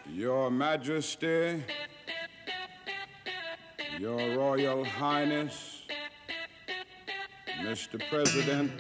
Your Majesty, Your Royal Highness, Mr. President,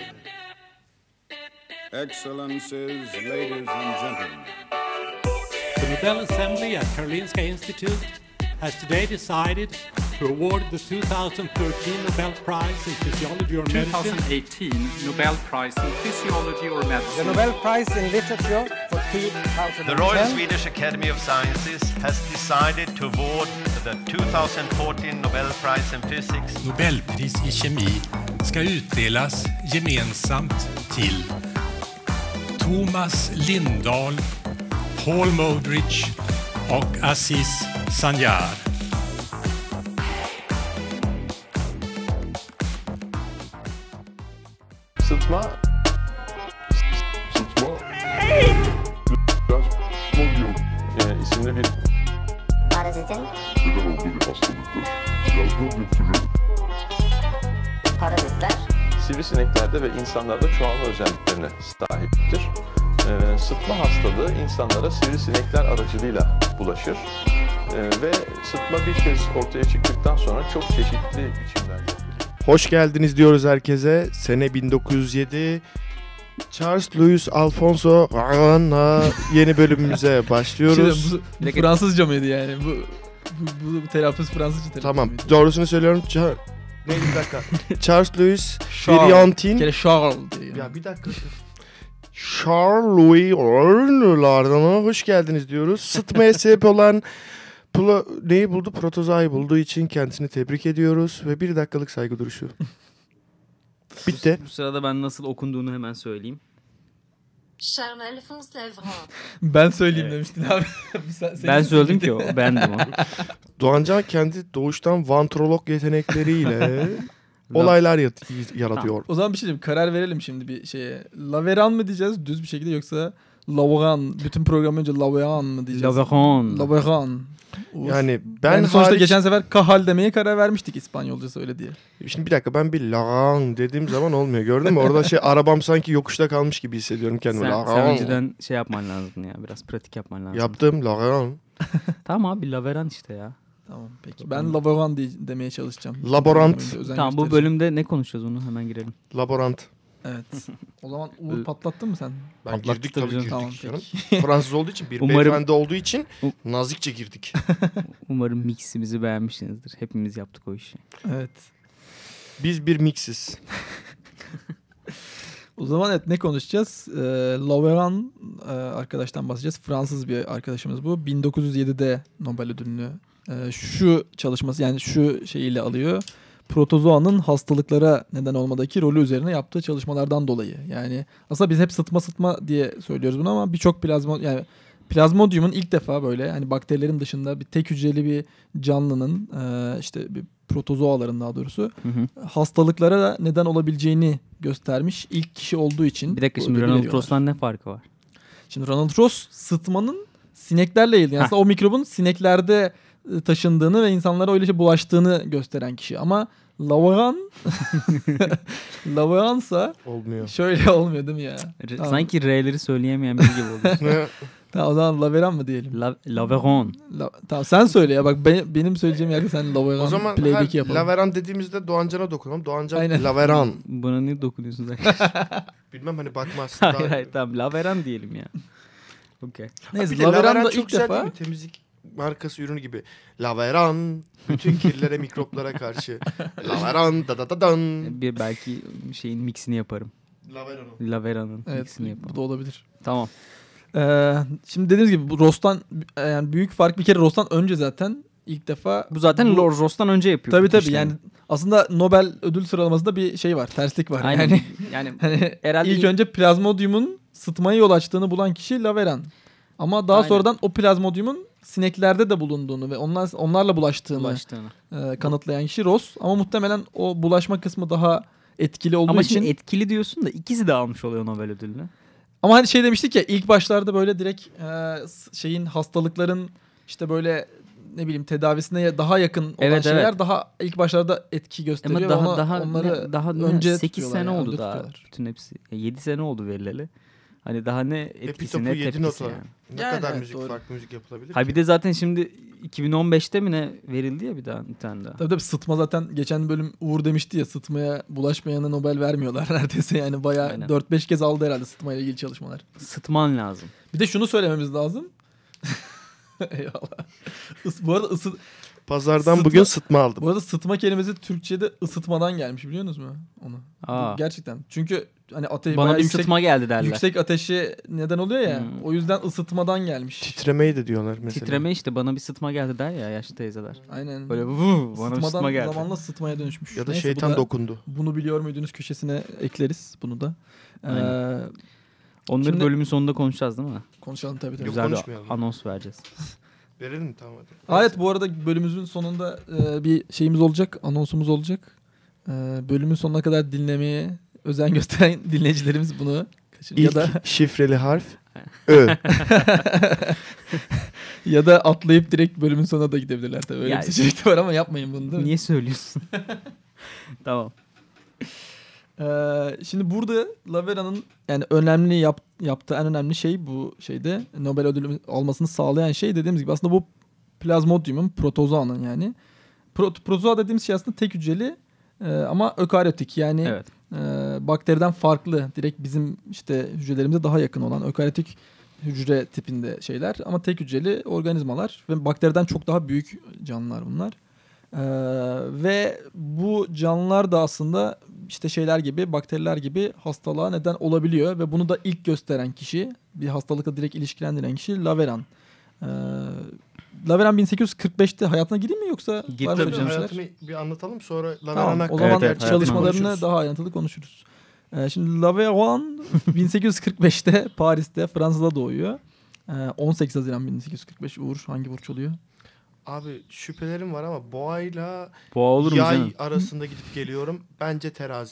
Excellencies, ladies and gentlemen. The Nobel Assembly at Karolinska Institute has today decided to award the 2013 Nobel Prize in Physiology or Medicine. 2018 Nobel Prize in Physiology or Medicine. The Nobel Prize in Literature for 2010. The Royal Swedish Academy of Sciences has decided to award the 2014 Nobel Prize in Physics. Nobelpris i kemi ska utdelas gemensamt till Thomas Lindahl, Paul Modrich och Aziz Sanjar. Sıtma. Plasmodium isimli bir Parazitin neden olduğu bir hastalıktır. Plasmodium türü parazitler Sivrisineklerde ve insanlarda çoğalma özelliklerine sahiptir. Sıtma hastalığı insanlara sivrisinekler aracılığıyla bulaşır. Ve sıtma bir kez ortaya çıktıktan sonra çok çeşitli biçimlerde. Hoş geldiniz diyoruz herkese. Sene 1907. Charles Louis Alfonso Arana yeni bölümümüze başlıyoruz. Bu Fransızca mıydı yani? Bu telaffuz Fransızca telaffuz Tamam, mıydı? doğrusunu söylüyorum. Neydi bir dakika? Charles Louis Bir Brillantin. kere Charles diye. Ya bir dakika. Charles Louis Arna'a hoş geldiniz diyoruz. Sıtmaya sebep olan neyi buldu? Protozayı bulduğu için kendisini tebrik ediyoruz ve 1 dakikalık saygı duruşu. Bitti. Bu sırada ben nasıl okunduğunu hemen söyleyeyim. Charles Alphonse Levran. Ben söyleyeyim demiştin abi. Ben söyledim ki o. Bendim o. Doğancan kendi doğuştan vantrolog yetenekleriyle olaylar yaratıyor. O zaman bir şey diyeyim. Karar verelim şimdi bir şeye. Laveran mı diyeceğiz düz bir şekilde yoksa Laveran? Bütün program önce Laveran mı diyeceğiz? Laveran. Laveran. Yani ben yani sonuçta hariç... geçen sefer kahal demeye karar vermiştik İspanyolcası öyle diye. Şimdi bir dakika, ben bir Laveran dediğim zaman olmuyor, gördün mü? Orada arabam sanki yokuşta kalmış gibi hissediyorum kendimi. Sen önceden şey yapman lazım ya, biraz pratik yapman lazım. Yaptım Laveran. Tamam abi, Laveran işte ya. Tamam peki. Ben Laveran demeye çalışacağım. Laborant. Tamam, bu bölümde ne konuşacağız onu hemen girelim. Laborant. Evet. O zaman Uğur patlattın mı sen? Ben girdik tabii, girdik tamam, canım. Fransız olduğu için, bir beyefendi olduğu için nazikçe girdik. Umarım miximizi beğenmişsinizdir. Hepimiz yaptık o işi. Evet. Biz bir mixiz. O zaman evet, ne konuşacağız? Laveran arkadaştan bahsedeceğiz. Fransız bir arkadaşımız bu. 1907'de Nobel ödülünü şu çalışması, yani şu şeyiyle alıyor. Protozoanın hastalıklara neden olmadaki rolü üzerine yaptığı çalışmalardan dolayı. Yani aslında biz hep sıtma diye söylüyoruz bunu ama birçok plazmodiumun ilk defa böyle, hani bakterilerin dışında bir tek hücreli bir canlının işte bir protozoaların daha doğrusu hastalıklara da neden olabileceğini göstermiş ilk kişi olduğu için. Bir dakika, şimdi Ronald Ross'tan ne farkı var? Şimdi Ronald Ross sıtmanın sineklerle ilgili. Yani aslında o mikrobun sineklerde taşındığını ve insanlara öylece bulaştığını gösteren kişi. Ama Laveran'sa olmuyor. Şöyle olmuyor değil mi ya? Sanki R'leri söyleyemeyen biri gibi oldu. Tamam, o zaman Laveran mı diyelim? Laveran. Tamam, sen söyle ya, bak benim söyleyeceğim yerde sen Laveran. O zaman Laveran dediğimizde Doğancan'a dokunalım. Doğancan aynen. Laveran. Buna ne dokunuyorsun zaten? Bilmem, hani bakmazsın. Hayır tamam, Laveran diyelim ya. Okey. Neyse, Laveran da ilk defa değil mi? Temizlik markası ürünü gibi. Laveran bütün kirlere, mikroplara karşı. Laveran da. Bir belki şeyin mixini yaparım. Laveran'ın evet, mixini yaparım. Bu da olabilir. Tamam. Şimdi dediğiniz gibi bu Ross'tan, yani büyük fark bir kere Ross'tan önce zaten ilk defa. Bu zaten Ross'tan önce yapıyor. Tabii yani aslında Nobel ödül sıralamasında bir şey var, terslik var. Aynen. Yani herhalde ilk önce plazmodiumun sıtmaya yol açtığını bulan kişi Laveran. Ama daha sonradan o plazmodiumun sineklerde de bulunduğunu ve onlarla bulaştığını kanıtlayan kişi Ross. Ama muhtemelen o bulaşma kısmı daha etkili olduğu ama için. Ama şimdi etkili diyorsun da ikisi de almış oluyor Nobel ödülünü. Ama hani şey demiştik ya, ilk başlarda böyle direkt hastalıkların işte böyle ne bileyim tedavisine daha yakın olan şeyler daha ilk başlarda etki gösteriyor. Ama onları daha önce 8 sene oldu daha. tutuyorlar. Bütün hepsi 7 sene oldu verileli. Hani daha ne etkisi topu ne yedi tepkisi nota. yani. Ne Yani kadar evet, müzik doğru. farklı müzik yapılabilir Ha ki? bir de zaten şimdi 2015'te mi ne verildi ya bir tane daha. Tabii sıtma zaten geçen bölüm Uğur demişti ya, sıtmaya bulaşmayana Nobel vermiyorlar neredeyse yani bayağı Aynen. 4-5 kez aldı herhalde sıtmayla ilgili çalışmalar. Sıtman lazım. Bir de şunu söylememiz lazım. Eyvallah. Bu arada Pazardan bugün sıtma aldım. Bu arada sıtma kelimesi Türkçe'de ısıtmadan gelmiş, biliyor musunuz mu onu? Aa. Gerçekten. Çünkü hani ateş Bana bayağı bir yüksek, sıtma geldi derler. yüksek ateşe neden oluyor ya. Hmm. O yüzden ısıtmadan gelmiş. Titremeyi de diyorlar mesela. Titreme işte, bana bir sıtma geldi der ya yaşlı teyzeler. Aynen. Böyle bana bir sıtma geldi. Zamanla sıtmaya dönüşmüş. Ya da Neyse, şeytan bu da dokundu. Bunu biliyor muydunuz köşesine ekleriz bunu da. Aynen. Onları Şimdi- bölümün sonunda konuşacağız değil mi? Konuşalım tabii. Güzel bir konuşmayalım. anons vereceğiz. Verelim mi? Tamam hadi. Evet, bu arada bölümümüzün sonunda bir şeyimiz olacak, anonsumuz olacak. Bölümün sonuna kadar dinlemeye özen gösteren dinleyicilerimiz bunu kaçırır. İlk Ya da şifreli harf Ö. ya da atlayıp direkt bölümün sonuna da gidebilirler tabii. Öyle Yani- bir seçenek de var ama yapmayın bunu, değil mi? Niye söylüyorsun? Tamam. Şimdi burada Lavera'nın yani önemli yaptığı en önemli şey, bu şeyde Nobel ödülü almasını sağlayan şey, dediğimiz gibi aslında bu plazmodiumun, protozoanın yani. Protozoa dediğimiz şey aslında tek hücreli ama ökaryotik, yani Evet. bakteriden farklı, direkt bizim işte hücrelerimize daha yakın olan ökaryotik hücre tipinde şeyler ama tek hücreli organizmalar ve bakteriden çok daha büyük canlılar bunlar. Ve bu canlılar da aslında işte şeyler gibi, bakteriler gibi hastalığa neden olabiliyor ve bunu da ilk gösteren kişi, bir hastalıkla direkt ilişkilendiren kişi Laveran. Laveran 1845'te hayatına gireyim mi yoksa Gir var mı tabii öyle canım. şeyler? Hayatını bir anlatalım sonra Laveran Tamam, hakkında o zaman Evet, çalışmalarını konuşuruz. daha ayrıntılı konuşuruz. Şimdi Laveran 1845'te Paris'te, Fransa'da doğuyor. 18 Haziran 1845. Uğur hangi burç oluyor? Abi şüphelerim var ama boğayla Boğa olur mu yay canım? arasında gidip geliyorum. Bence terazi.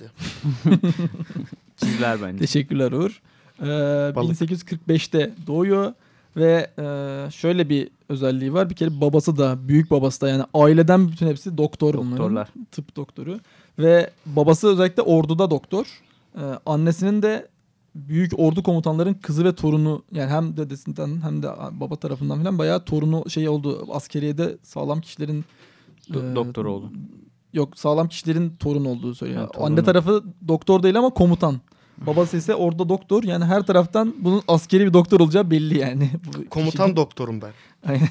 Çizler bence. Teşekkürler Uğur. Balık. 1845'te doğuyor ve şöyle bir özelliği var. Bir kere babası da, büyük babası da, yani aileden bütün hepsi doktor bunların. Doktorlar. Tıp doktoru. Ve babası özellikle orduda doktor. Annesinin de büyük ordu komutanların kızı ve torunu, yani hem dedesinden hem de baba tarafından falan bayağı torunu şey oldu. Askeriyede sağlam kişilerin Doktor oldu. yok, sağlam kişilerin torun olduğu söylüyor. Ha, torunu. Anne tarafı doktor değil ama komutan. Babası ise orada doktor. Yani her taraftan bunun askeri bir doktor olacağı belli yani. Bu Komutan kişinin. doktorum ben. Aynen.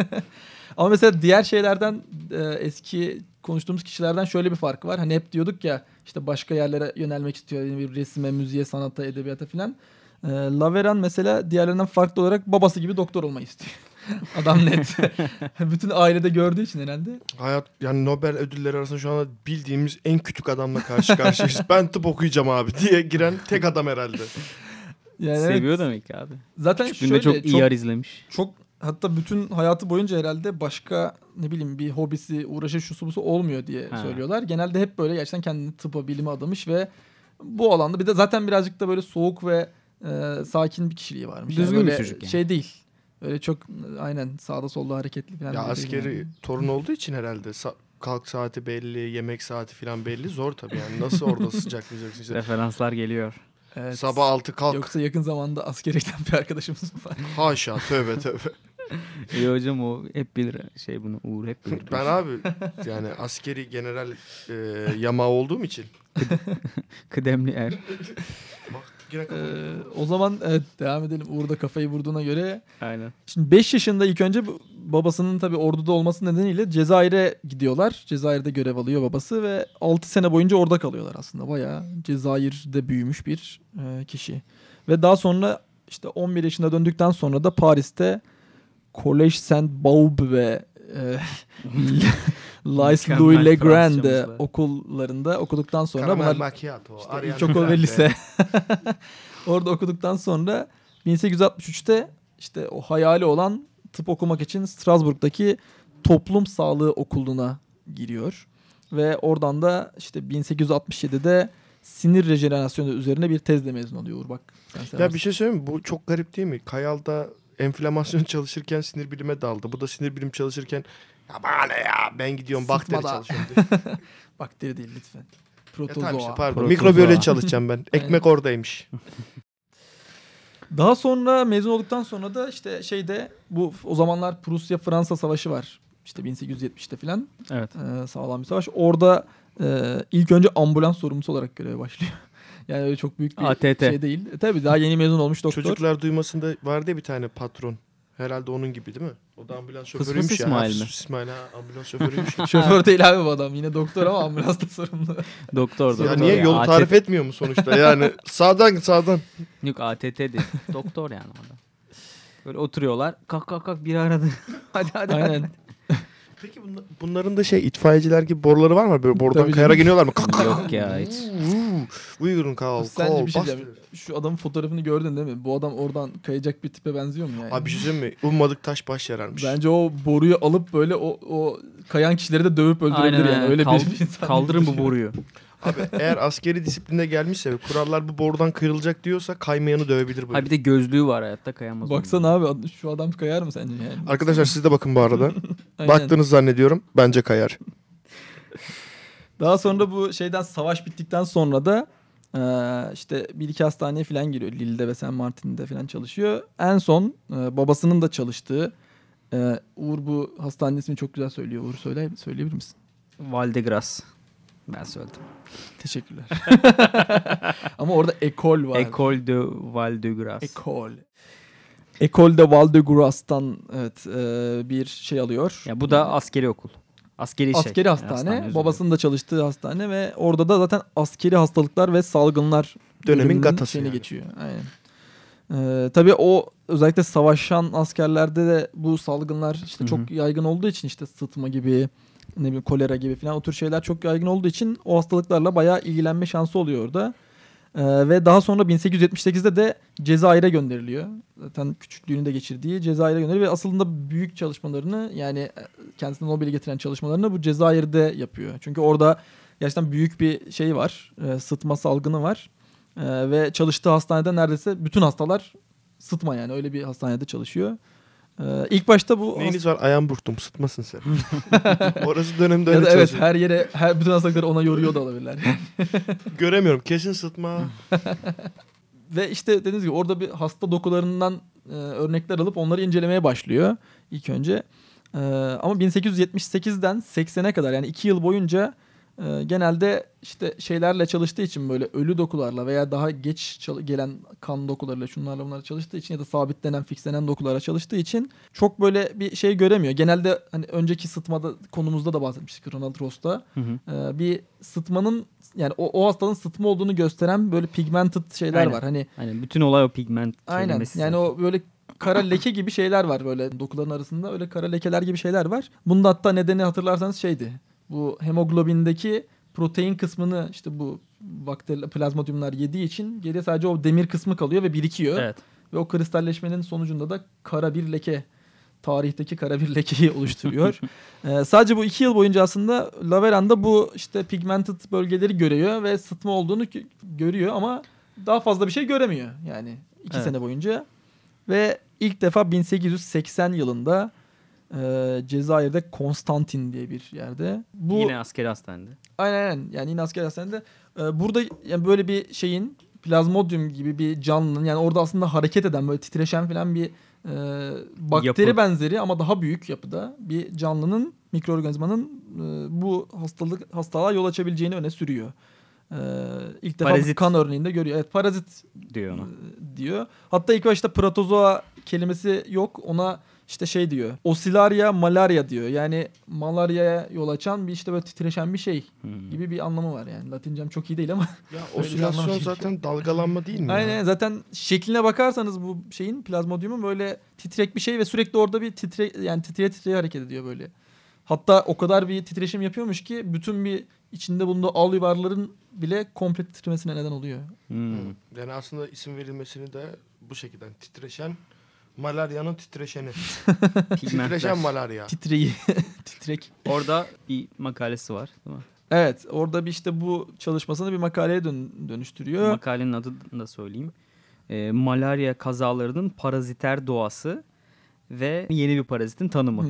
Ama mesela diğer şeylerden, eski konuştuğumuz kişilerden şöyle bir farkı var. Hani hep diyorduk ya işte başka yerlere yönelmek istiyor. Yani bir resime, müziğe, sanata, edebiyata filan. Laveran mesela diğerlerinden farklı olarak babası gibi doktor olmayı istiyor. Adam net. Bütün ailede gördüğü için herhalde. Hayat yani Nobel ödülleri arasında şu anda bildiğimiz en küçük adamla karşı karşıyayız. Ben tıp okuyacağım abi diye giren tek adam herhalde. Yani Seviyor evet. demek ki abi. Zaten Küçüklüğünde şöyle çok iyi izlemiş. Çok, hatta bütün hayatı boyunca herhalde başka ne bileyim bir hobisi, uğraşı, şusu busu olmuyor diye Ha. söylüyorlar. Genelde hep böyle gerçekten kendini tıpa, bilime adamış ve bu alanda bir de zaten birazcık da böyle soğuk ve sakin bir kişiliği varmış. Düzgün yani bir böyle çocuk yani. Şey değil. Öyle çok aynen sağda solda hareketli falan. Ya biri değil askeri yani. torun olduğu için herhalde kalk saati belli, yemek saati falan belli. Zor tabii yani. Nasıl orada sıcaklayacaksın işte. Referanslar geliyor. Evet. Sabah 6 kalk. Yoksa yakın zamanda askere giden bir arkadaşımız var. Haşa tövbe tövbe. İyi hocam, o hep bilir bunu. Uğur hep bilir. Ben abi yani askeri general yamağı olduğum için. Kıdemli er. Bak yine kapalı. O zaman evet, devam edelim. Uğur da kafayı vurduğuna göre. Aynen. Şimdi 5 yaşında ilk önce babasının tabii orduda olması nedeniyle Cezayir'e gidiyorlar. Cezayir'de görev alıyor babası ve 6 sene boyunca orada kalıyorlar aslında. Bayağı Cezayir'de büyümüş bir kişi. Ve daha sonra işte 11 yaşında döndükten sonra da Paris'te Collège Saint-Baube ve Lycée Mükemmel Louis Le Grand Fransızcamızla. okullarında okuduktan sonra Karamel bunlar macchiato. işte Ariana ilkokul ve Grande. lise. Orada okuduktan sonra 1863'te işte o hayali olan tıp okumak için Strasbourg'daki Toplum Sağlığı Okulu'na giriyor. Ve oradan da işte 1867'de sinir rejenerasyonu üzerine bir tezle mezun oluyor Uğur, bak. Ya bir şey söyleyeyim mi? Bu çok garip değil mi? Kayal'da enflamasyon çalışırken sinir bilime daldı. Bu da sinir bilim çalışırken ya bana ne ya ben gidiyorum bakteri Sıtmada. çalışıyorum diye. Bakteri değil lütfen. Ya tamam Protozoa. işte pardon. Protozoa. Mikrobiyoloji çalışacağım ben. Ekmek oradaymış. Daha sonra mezun olduktan sonra da işte bu o zamanlar Prusya-Fransa savaşı var. İşte 1870'te falan. Evet. Sağlam bir savaş. Orada ilk önce ambulans sorumlusu olarak göreve başlıyor. Yani öyle çok büyük bir ATT. şey değil. Tabii daha yeni mezun olmuş doktor. Çocuklar duymasında vardı ya bir tane patron. Herhalde onun gibi değil mi? O da ambulans şoförüymüş ya. İsmail mi? İsmail ambulans şoförüymüş. Şoför değil abi bu adam. Yine doktor ama ambulansta sorumlu. Doktor. Ya niye yolu tarif etmiyor mu sonuçta? Yani sağdan. Yok ATT değil. Doktor yani adam. Böyle oturuyorlar. Kalk biri aradı. hadi. Aynen. Peki bunların da itfaiyeciler gibi boruları var mı? Böyle borudan Tabii kayarak canım. Yok iniyorlar mı? ya hiç. Buyurun kal. Sence bir şey diyeceğim. Şu adamın fotoğrafını gördün değil mi? Bu adam oradan kayacak bir tipe benziyor mu yani? Abi bir şey söyleyeyim mi? Ummadık taş baş yararmış. Bence o boruyu alıp böyle o kayan kişileri de dövüp öldürebilir Aynen, yani. Öyle bir insan. Kaldırın bu boruyu. Abi eğer askeri disiplinde gelmişse ve kurallar bu borudan kırılacak diyorsa kaymayanı dövebilir böyle. Ha bir de gözlüğü var hayatta kayamaz. Baksana abi şu adam kayar mı sence yani? Arkadaşlar siz de bakın bu arada. Aynen. Baktığınızı zannediyorum. Bence kayar. Daha sonra bu savaş bittikten sonra da işte bir iki hastaneye falan giriyor. Lille'de ve Saint Martin'de falan çalışıyor. En son babasının da çalıştığı Uğur bu hastanenin ismini çok güzel söylüyor. Uğur söyleyebilir misin? Val de Grace. Ben söyledim. Teşekkürler. Ama orada Ekol var. École de Val de Grace. École de Val de Grace'tan bir şey alıyor. Ya bu da askeri okul. Askeri hastane. Babasının da çalıştığı hastane ve orada da zaten askeri hastalıklar ve salgınlar dönemin gatası yani. Geçiyor. Aynen. Tabii o özellikle savaşan askerlerde de bu salgınlar işte çok yaygın olduğu için işte sıtma gibi kolera gibi falan o tür şeyler çok yaygın olduğu için o hastalıklarla bayağı ilgilenme şansı oluyor orada. Ve daha sonra 1878'de de Cezayir'e gönderiliyor. Zaten küçüklüğünü de geçirdiği Cezayir'e gönderiliyor ve aslında büyük çalışmalarını yani kendisine Nobel'i getiren çalışmalarını bu Cezayir'de yapıyor. Çünkü orada gerçekten büyük bir şey var. Sıtma salgını var. Ve çalıştığı hastanede neredeyse bütün hastalar sıtma yani öyle bir hastanede çalışıyor. İlk başta bu... Neyiniz var? Ayağım burktum. Sıtmasın sen. Orası dönemde öyle evet çalışıyor. bütün hastalıkları ona yoruyor da olabilirler. Göremiyorum. Kesin sıtma. Ve işte dediğiniz gibi orada bir hasta dokularından örnekler alıp onları incelemeye başlıyor ilk önce. Ama 1878'den 80'e kadar yani 2 yıl boyunca genelde işte şeylerle çalıştığı için böyle ölü dokularla veya daha geç gelen kan dokularıyla şunlarla bunlarla çalıştığı için ya da sabitlenen, fixlenen dokularla çalıştığı için çok böyle bir şey göremiyor. Genelde hani önceki sıtmada konumuzda da bahsetmiştik Ronald Ross'ta. Bir sıtmanın yani o hastalığın sıtma olduğunu gösteren böyle pigmented şeyler var. Hani bütün olay o pigment kelimesi. Yani o böyle kara leke gibi şeyler var böyle dokuların arasında. Öyle kara lekeler gibi şeyler var. Bunun da hatta nedeni hatırlarsanız bu hemoglobindeki protein kısmını işte bu bakteri plazmodiumlar yediği için geriye sadece o demir kısmı kalıyor ve birikiyor. Evet. Ve o kristalleşmenin sonucunda da kara bir leke, tarihteki kara bir lekeyi oluşturuyor. Sadece bu 2 yıl boyunca aslında Laveran'da bu işte pigmented bölgeleri görüyor ve sıtma olduğunu görüyor ama daha fazla bir şey göremiyor yani 2 sene boyunca. Ve ilk defa 1880 yılında Cezayir'de Konstantin diye bir yerde. Bu yine askeri hastanede. Aynen yani yine askeri hastanede. Burada yani böyle bir şeyin plazmodium gibi bir canlının yani orada aslında hareket eden böyle titreşen falan bir bakteri benzeri ama daha büyük yapıda bir canlının mikroorganizmanın bu hastalığa yol açabileceğini öne sürüyor. İlk defa parazit kan örneğinde görüyor. Evet parazit diyor ona. Diyor. Hatta ilk başta protozoa kelimesi yok. Ona işte diyor. Oscillaria malaria diyor. Yani malaryaya yol açan bir işte böyle titreşen bir şey gibi bir anlamı var yani. Latincem çok iyi değil ama. Ya osilasyon zaten dalgalanma değil mi? Aynen zaten şekline bakarsanız bu şeyin plazmodiumun böyle titrek bir şey ve sürekli orada bir titreye hareket ediyor böyle. Hatta o kadar bir titreşim yapıyormuş ki bütün bir içinde bulunduğu al yuvarların bile komple titremesine neden oluyor. Yani aslında isim verilmesini de bu şekilde titreşen malaryanın titreşeni. Titreşen malarya. Titrek. Orada bir makalesi var değil mi? Evet orada bir işte bu çalışmasını bir makaleye dönüştürüyor. Makalenin adını da söyleyeyim. Malarya kazalarının paraziter doğası ve yeni bir parazitin tanımı.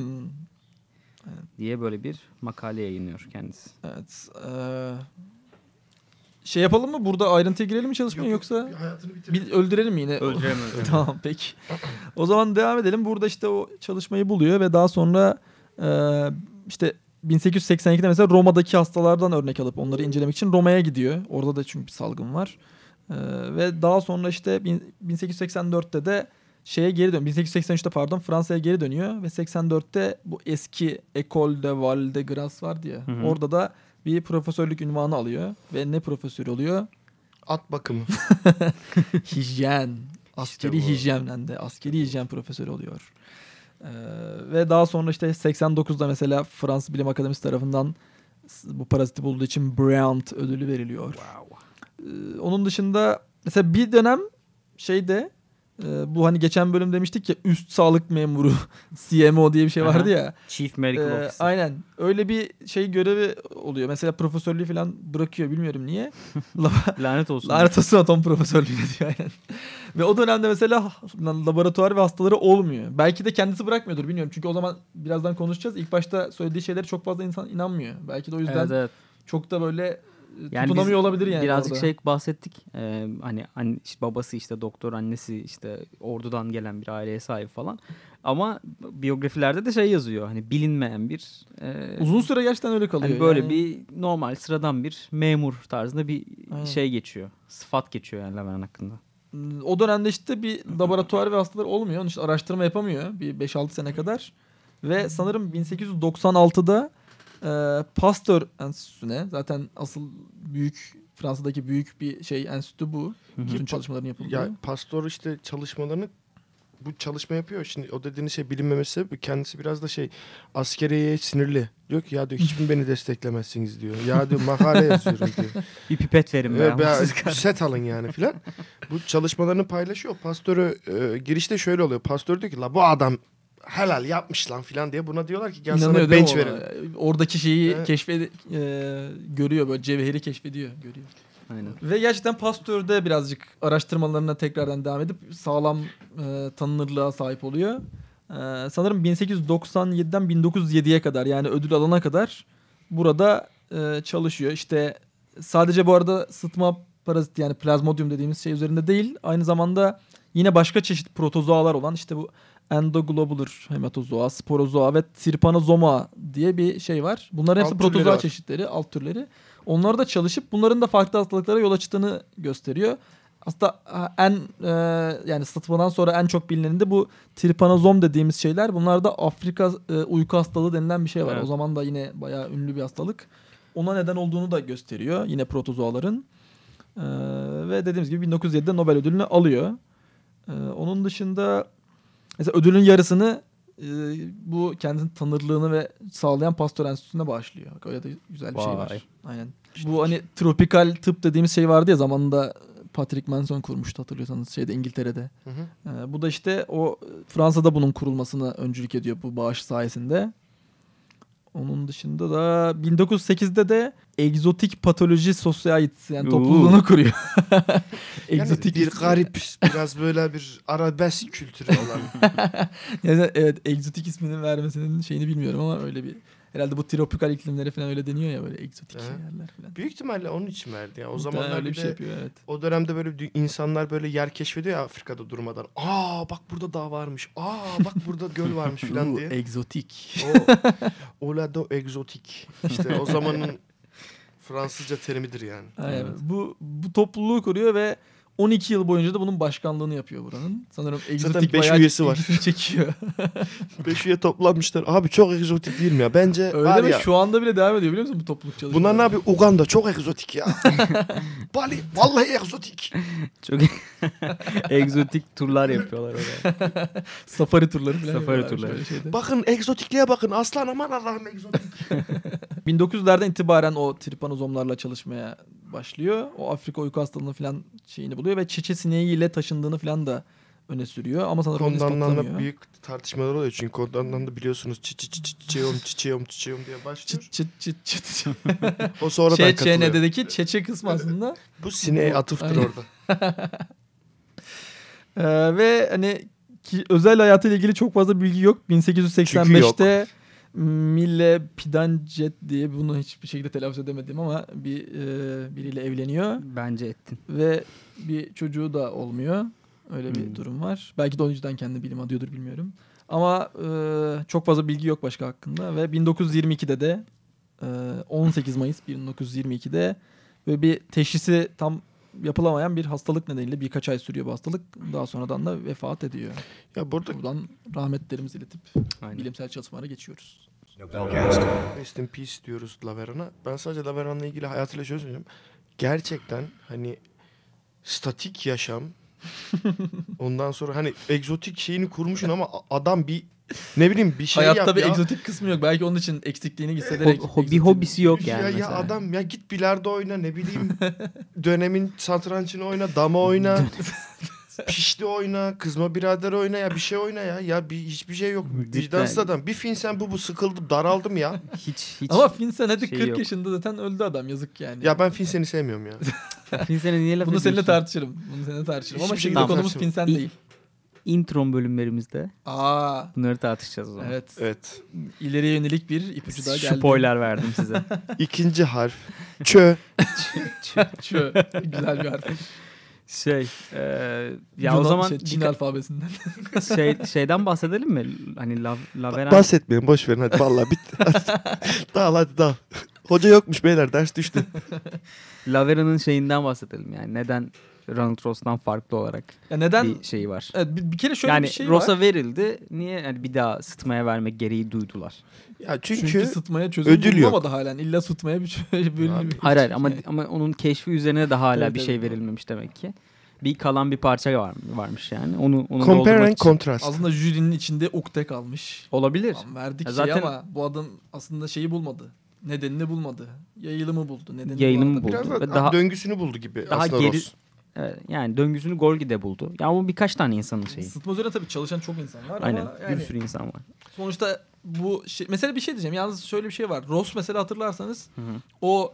diye böyle bir makale yayınlıyor kendisi. Evet. şey yapalım mı? Burada ayrıntıya girelim mi çalışmaya yoksa bir öldürelim mi yine? Öldürelim. Tamam peki. O zaman devam edelim. Burada işte o çalışmayı buluyor ve daha sonra işte 1882'de mesela Roma'daki hastalardan örnek alıp onları incelemek için Roma'ya gidiyor. Orada da çünkü bir salgın var. Ve daha sonra işte 1884'te de şeye geri dönüyor. 1883'te pardon Fransa'ya geri dönüyor ve 84'te bu eski École de Val de Grace vardı ya. Hı. Orada da bir profesörlük unvanı alıyor ve ne profesörü oluyor? At bakımı. Hijyen. Askeri İşte bu. hijyenden de askeri hijyen profesörü oluyor. Ve daha sonra işte 89'da mesela Fransız Bilim Akademisi tarafından bu paraziti bulduğu için Briand ödülü veriliyor. Onun dışında mesela bir dönem şeyde bu hani geçen bölüm demiştik ya üst sağlık memuru CMO diye bir şey vardı ya. Chief Medical Officer. Aynen. Öyle bir şey görevi oluyor. Mesela profesörlüğü falan bırakıyor bilmiyorum niye. Lanet olsun. Lanet olsun atom profesörlüğü diyor aynen. Ve o dönemde mesela laboratuvar ve hastaları olmuyor. Belki de kendisi bırakmıyordur bilmiyorum. Çünkü o zaman birazdan konuşacağız. İlk başta söylediği şeyleri çok fazla insan inanmıyor. Belki de o yüzden Evet. çok da böyle Yani tutunamıyor olabilir yani. birazcık orada. şey bahsettik. Hani işte babası işte doktor, annesi işte ordudan gelen bir aileye sahip falan. Ama biyografilerde de şey yazıyor. Hani bilinmeyen bir uzun süre gerçekten öyle kalıyor. hani böyle yani. bir normal sıradan bir memur tarzında bir Aynen. şey geçiyor. Sıfat geçiyor yani Laveran hakkında. O dönemde işte bir laboratuvar ve hastalar olmuyor. Onun için araştırma yapamıyor bir 5-6 sene kadar. Ve sanırım 1896'da Pasteur Enstitüsü'ne, zaten asıl Fransa'daki büyük bir enstitü bu. Bütün çalışmaların yapıldığı. Ya Pasteur işte bu çalışma yapıyor. Şimdi o dediğiniz şey bilinmemesi sebebi kendisi biraz da askeriyeye sinirli. Diyor ki ya diyor hiç mi beni desteklemezsiniz diyor. Ya diyor makale yazıyorum diyor. Bir pipet verin be. Set alın yani filan. Bu çalışmalarını paylaşıyor. Pastöre girişte şöyle oluyor. Pastör diyor ki la bu adam helal yapmış lan filan diye buna diyorlar ki gel sana bench verelim. Oradaki şeyi görüyor, böyle cevheri keşfediyor, görüyor. Aynen. Ve gerçekten Pasteur'de birazcık araştırmalarına tekrardan devam edip sağlam tanınırlığa sahip oluyor. Sanırım 1897'den 1907'ye kadar yani ödül alana kadar burada çalışıyor. İşte sadece bu arada sıtma paraziti yani plazmodium dediğimiz şey üzerinde değil, aynı zamanda yine başka çeşit protozoalar olan işte bu endoglobular hematozoa, sporozoa ve trypanosoma diye bir şey var. Bunların hepsi protozoa çeşitleri, alt türleri. Onlar da çalışıp bunların da farklı hastalıklara yol açtığını gösteriyor. Aslında yani sıtmadan sonra en çok bilineni de bu trypanosome dediğimiz şeyler. Bunlar da Afrika uyku hastalığı denilen bir şey var. Evet. O zaman da yine bayağı ünlü bir hastalık. Ona neden olduğunu da gösteriyor yine protozoaların. Ve dediğimiz gibi 1907'de Nobel ödülünü alıyor. Onun dışında mesela ödülün yarısını bu kendisinin tanırlığını ve sağlayan Pasteur Enstitüsü'ne bağışlıyor. Bak öyle de güzel bir şey var. Aynen. Bu hani tropikal tıp dediğimiz şey vardı ya, zamanında Patrick Manson kurmuştu hatırlıyorsanız İngiltere'de. Hı hı. Bu da işte o Fransa'da bunun kurulmasına öncülük ediyor bu bağış sayesinde. Onun dışında da 1908'de de Egzotik Patoloji Society yani topluluğunu kuruyor. Egzotik yani bir garip, biraz böyle bir arabesk kültürü olan. Yani evet, egzotik isminin vermesinin şeyini bilmiyorum ama öyle bir herhalde bu tropikal iklimlere falan öyle deniyor ya, böyle egzotik yerler falan. Büyük ihtimalle onun için verdi ya. O zamanlar öyle bir şey yapıyor, evet. O dönemde böyle insanlar böyle yer keşfediyor ya Afrika'da durmadan. Bak burada dağ varmış. Bak burada göl varmış falan diye. Egzotik. Ola do egzotik. İşte o zamanın Fransızca terimidir yani. Evet. Bu topluluğu kuruyor ve 12 yıl boyunca da bunun başkanlığını yapıyor buranın. Sanırım egzotik zaten 5 üyesi var. Çekiyor. 5 üye toplanmışlar. Abi çok egzotik değil mi ya? Bence öyle var mi? ya. Şu anda bile devam ediyor biliyor musun bu topluluk çalışmaları? Bunlar ne yapıyor? Uganda çok egzotik ya. Bali vallahi egzotik. Çok egzotik turlar yapıyorlar oraya. Safari turları falan. Safari turları. Bakın egzotikliğe bakın. Aslan aman Allah'ım egzotik. 1900'lerden itibaren o trypanosomlarla çalışmaya başlıyor. O Afrika uyku hastalığını falan şeyini buluyor ve çeçe sineğiyle taşındığını falan da öne sürüyor. Ama sanırım onu ispatlamıyor. Kondandan büyük tartışmalar oluyor çünkü kondandan da biliyorsunuz çiçeğim diye başlıyor. Çıt. O sonradan katılıyor. ÇND'deki çeçe kısmı aslında. Bu sineğe atıftır orada. Ve hani özel hayatıyla ilgili çok fazla bilgi yok. 1885'te Mille Pidancet diye, bunu hiçbir şekilde telaffuz edemedim ama biriyle evleniyor. Bence ettin. Ve bir çocuğu da olmuyor. Öyle bir durum var. Belki de o yüzden kendi bilim adıyordur, bilmiyorum. Ama çok fazla bilgi yok başka hakkında. Ve 1922'de de 18 Mayıs 1922'de böyle bir teşhisi tam yapılamayan bir hastalık nedeniyle birkaç ay sürüyor bu hastalık. Daha sonradan da vefat ediyor. Ya buradan rahmetlerimizi iletip Aynen. bilimsel çalışmalara geçiyoruz. Rest in peace diyoruz Laveran'a. Ben sadece Laveran'la ilgili hayatıyla çözmeyeceğim. Gerçekten hani statik yaşam, ondan sonra hani egzotik şeyini kurmuşsun ama adam bir ne bileyim bir şey hayatta yap bir ya. egzotik kısmı yok. Belki onun için eksikliğini hissederek. Bir hobisi yok yani Ya mesela. adam ya git bilardo oyna, ne bileyim dönemin satrançını oyna, dama oyna. Pişti oyna, kızma birader oyna ya, bir şey oyna ya. Ya hiçbir şey yok. Vicdansız adam. Bir Finsen bu sıkıldım, daraldım ya. Hiç Ama Finsen hadi şey 40 yok. yaşında zaten öldü adam, yazık yani. Ya ben Finsen'i sevmiyorum ya. Finsen'e niye laf Bunu seninle ediyorsun? tartışırım. Ama Hiçbir şimdi şekilde konumuz tartışmam. Finsen değil. Intro bölümlerimizde bunları tartışacağız o zaman. Evet. İleriye yönelik bir ipucu daha geldi. Spoiler verdim size. İkinci harf. Çö. Çö. Güzel bir harf. Ya Yunan, o zaman Çin alfabesinden. şeyden bahsedelim mi? Hani Laveren... Bahsetmeyin, boş verin hadi, vallahi bitti. Dağıl hadi dağıl. Hoca yokmuş beyler, ders düştü. Laveran'ın şeyinden bahsedelim yani. Neden Ronald Ross'tan farklı olarak ya neden bir şeyi var? Evet, bir kere şöyle yani bir şey Ross'a var. verildi. Niye yani bir daha sıtmaya vermek gereği duydular? Ya çünkü sıtmaya çözüm ödül yok. bulunamadı halen. İlla sıtmaya bir bölüm. Hayır ama onun keşfi üzerine de hala Evet, bir şey evet. verilmemiş demek ki. Bir kalan bir parça varmış yani. Onu Compare doldurmak and için. contrast. Aslında jürinin içinde ukde kalmış. Olabilir. Tamam, verdik Ya şey zaten- ama bu adam aslında şeyi bulmadı. Nedenini bulmadı. Yayılımı buldu. Nedenini Yayılımı bulamadı. buldu. Biraz da Ve daha- döngüsünü buldu gibi Daha aslında geri Ross. yani döngüsünü Golgi'de buldu. Ya bu birkaç tane insanın şeyi. Sıtma üzerine tabii çalışan çok insan var Aynen. ama yani Bir sürü insan var. sonuçta bu şey, mesela bir şey diyeceğim. Yalnız şöyle bir şey var. Ross mesela hatırlarsanız Hı hı. o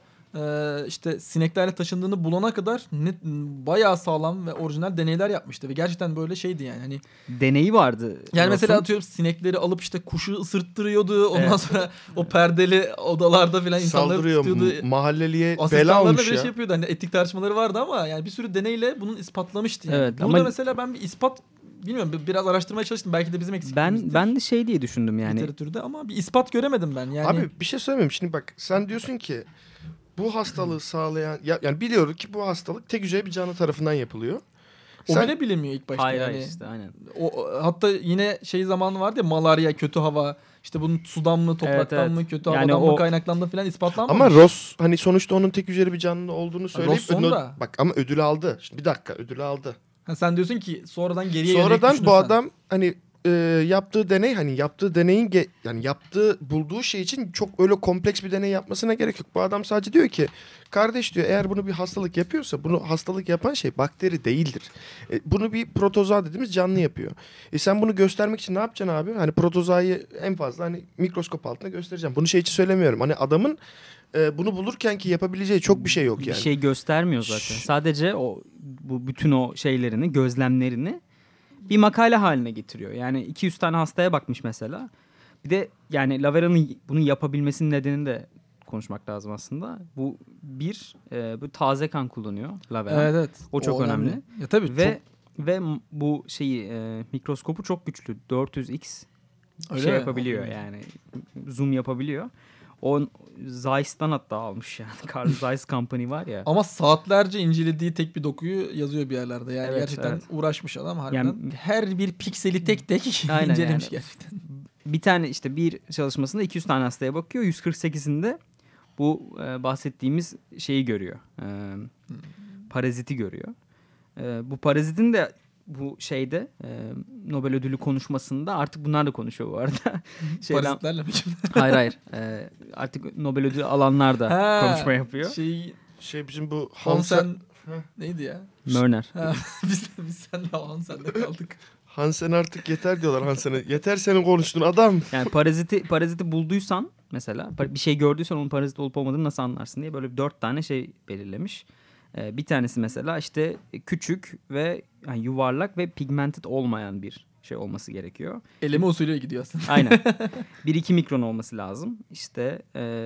işte sineklerle taşındığını bulana kadar bayağı sağlam ve orijinal deneyler yapmıştı ve gerçekten böyle şeydi yani. Hani Deneyi vardı. yani mesela Ross'un. atıyorum sinekleri alıp işte kuşu ısırttırıyordu. Ondan Evet. sonra o perdeli odalarda falan insanları Saldırıyor, tutuyordu. mahalleliye bela Asistanlarla olmuş bile ya. şey yapıyordu. Hani etik tartışmaları vardı ama yani bir sürü deneyle bunun ispatlamıştı yani. Evet, Burada ama- mesela ben bir ispat bilmiyorum, biraz araştırmaya çalıştım. Belki de bizim eksikliğimizdir. Ben de şey diye düşündüm yani. Literatürde ama bir ispat göremedim ben. Yani Abi bir şey söyleyeyim. Şimdi bak, sen diyorsun ki bu hastalığı sağlayan yani biliyoruz ki bu hastalık tek hücreli bir canlı tarafından yapılıyor. o Sen- bile bilinmiyor ilk başta. Hayır yani. hayır işte aynen. Hatta yine şey zamanı vardı ya, malaria, kötü hava, işte bunun sudan mı, topraktan Evet, evet. mı, kötü Yani havadan mı o- kaynaklandı falan ispatlanmamış. Ama Ross hani sonuçta onun tek hücreli bir canlı olduğunu söyleyip Ross sonda. bak ama ödül aldı. Şimdi bir dakika, ödül aldı. Ha, sen diyorsun ki sonradan geriye yönelik Sonradan bu düşünürsen. adam hani yaptığı deney, hani yaptığı deneyin yani bulduğu şey için çok öyle kompleks bir deney yapmasına gerek yok. Bu adam sadece diyor ki kardeş diyor, eğer bunu bir hastalık yapıyorsa bunu hastalık yapan şey bakteri değildir. Bunu bir protozoa dediğimiz canlı yapıyor. Sen bunu göstermek için ne yapacaksın abi? Hani protozoayı en fazla hani mikroskop altında göstereceğim. Bunu şey için söylemiyorum. Hani adamın bunu bulurken ki yapabileceği çok bir şey yok yani. Bir şey göstermiyor zaten. Sadece bu bütün o şeylerini, gözlemlerini bir makale haline getiriyor. Yani 200 tane hastaya bakmış mesela. Bir de yani Laveran'ın bunu yapabilmesinin nedenini de konuşmak lazım aslında. Bu bu taze kan kullanıyor Laveran. Evet. O çok önemli. Ya tabii Ve bu şeyi mikroskopu çok güçlü. 400x Öyle şey mi? yapabiliyor yani. Zoom yapabiliyor. O Zeiss'tan hatta almış yani. Carl Zeiss Company var ya. Ama saatlerce incelediği tek bir dokuyu yazıyor bir yerlerde. Yani Evet, gerçekten evet. uğraşmış adam harbiden. Yani- her bir pikseli tek tek Aynen incelemiş yani. gerçekten. Bir tane işte bir çalışmasında 200 tane hastaya bakıyor. 148'inde bu bahsettiğimiz şeyi görüyor. Paraziti görüyor. Bu parazitin de bu şeyde Nobel ödülü konuşmasında artık bunlar da konuşuyor bu arada. Parazitlerle mi? Hayır. Artık Nobel ödülü alanlar da konuşma yapıyor. Şey bizim bu Hansen neydi ya? Mörner. Biz seninle Hansen'de kaldık. Hansen artık yeter diyorlar Hansen'e. Yeter senin konuştuğun adam. Yani paraziti bulduysan mesela bir şey gördüysen onun parazit olup olmadığını nasıl anlarsın diye böyle 4 tane şey belirlemiş. Bir tanesi mesela işte küçük ve yani yuvarlak ve pigmented olmayan bir şey olması gerekiyor. Eleme usulüyle gidiyor aslında. Aynen. 1-2 mikron olması lazım. İşte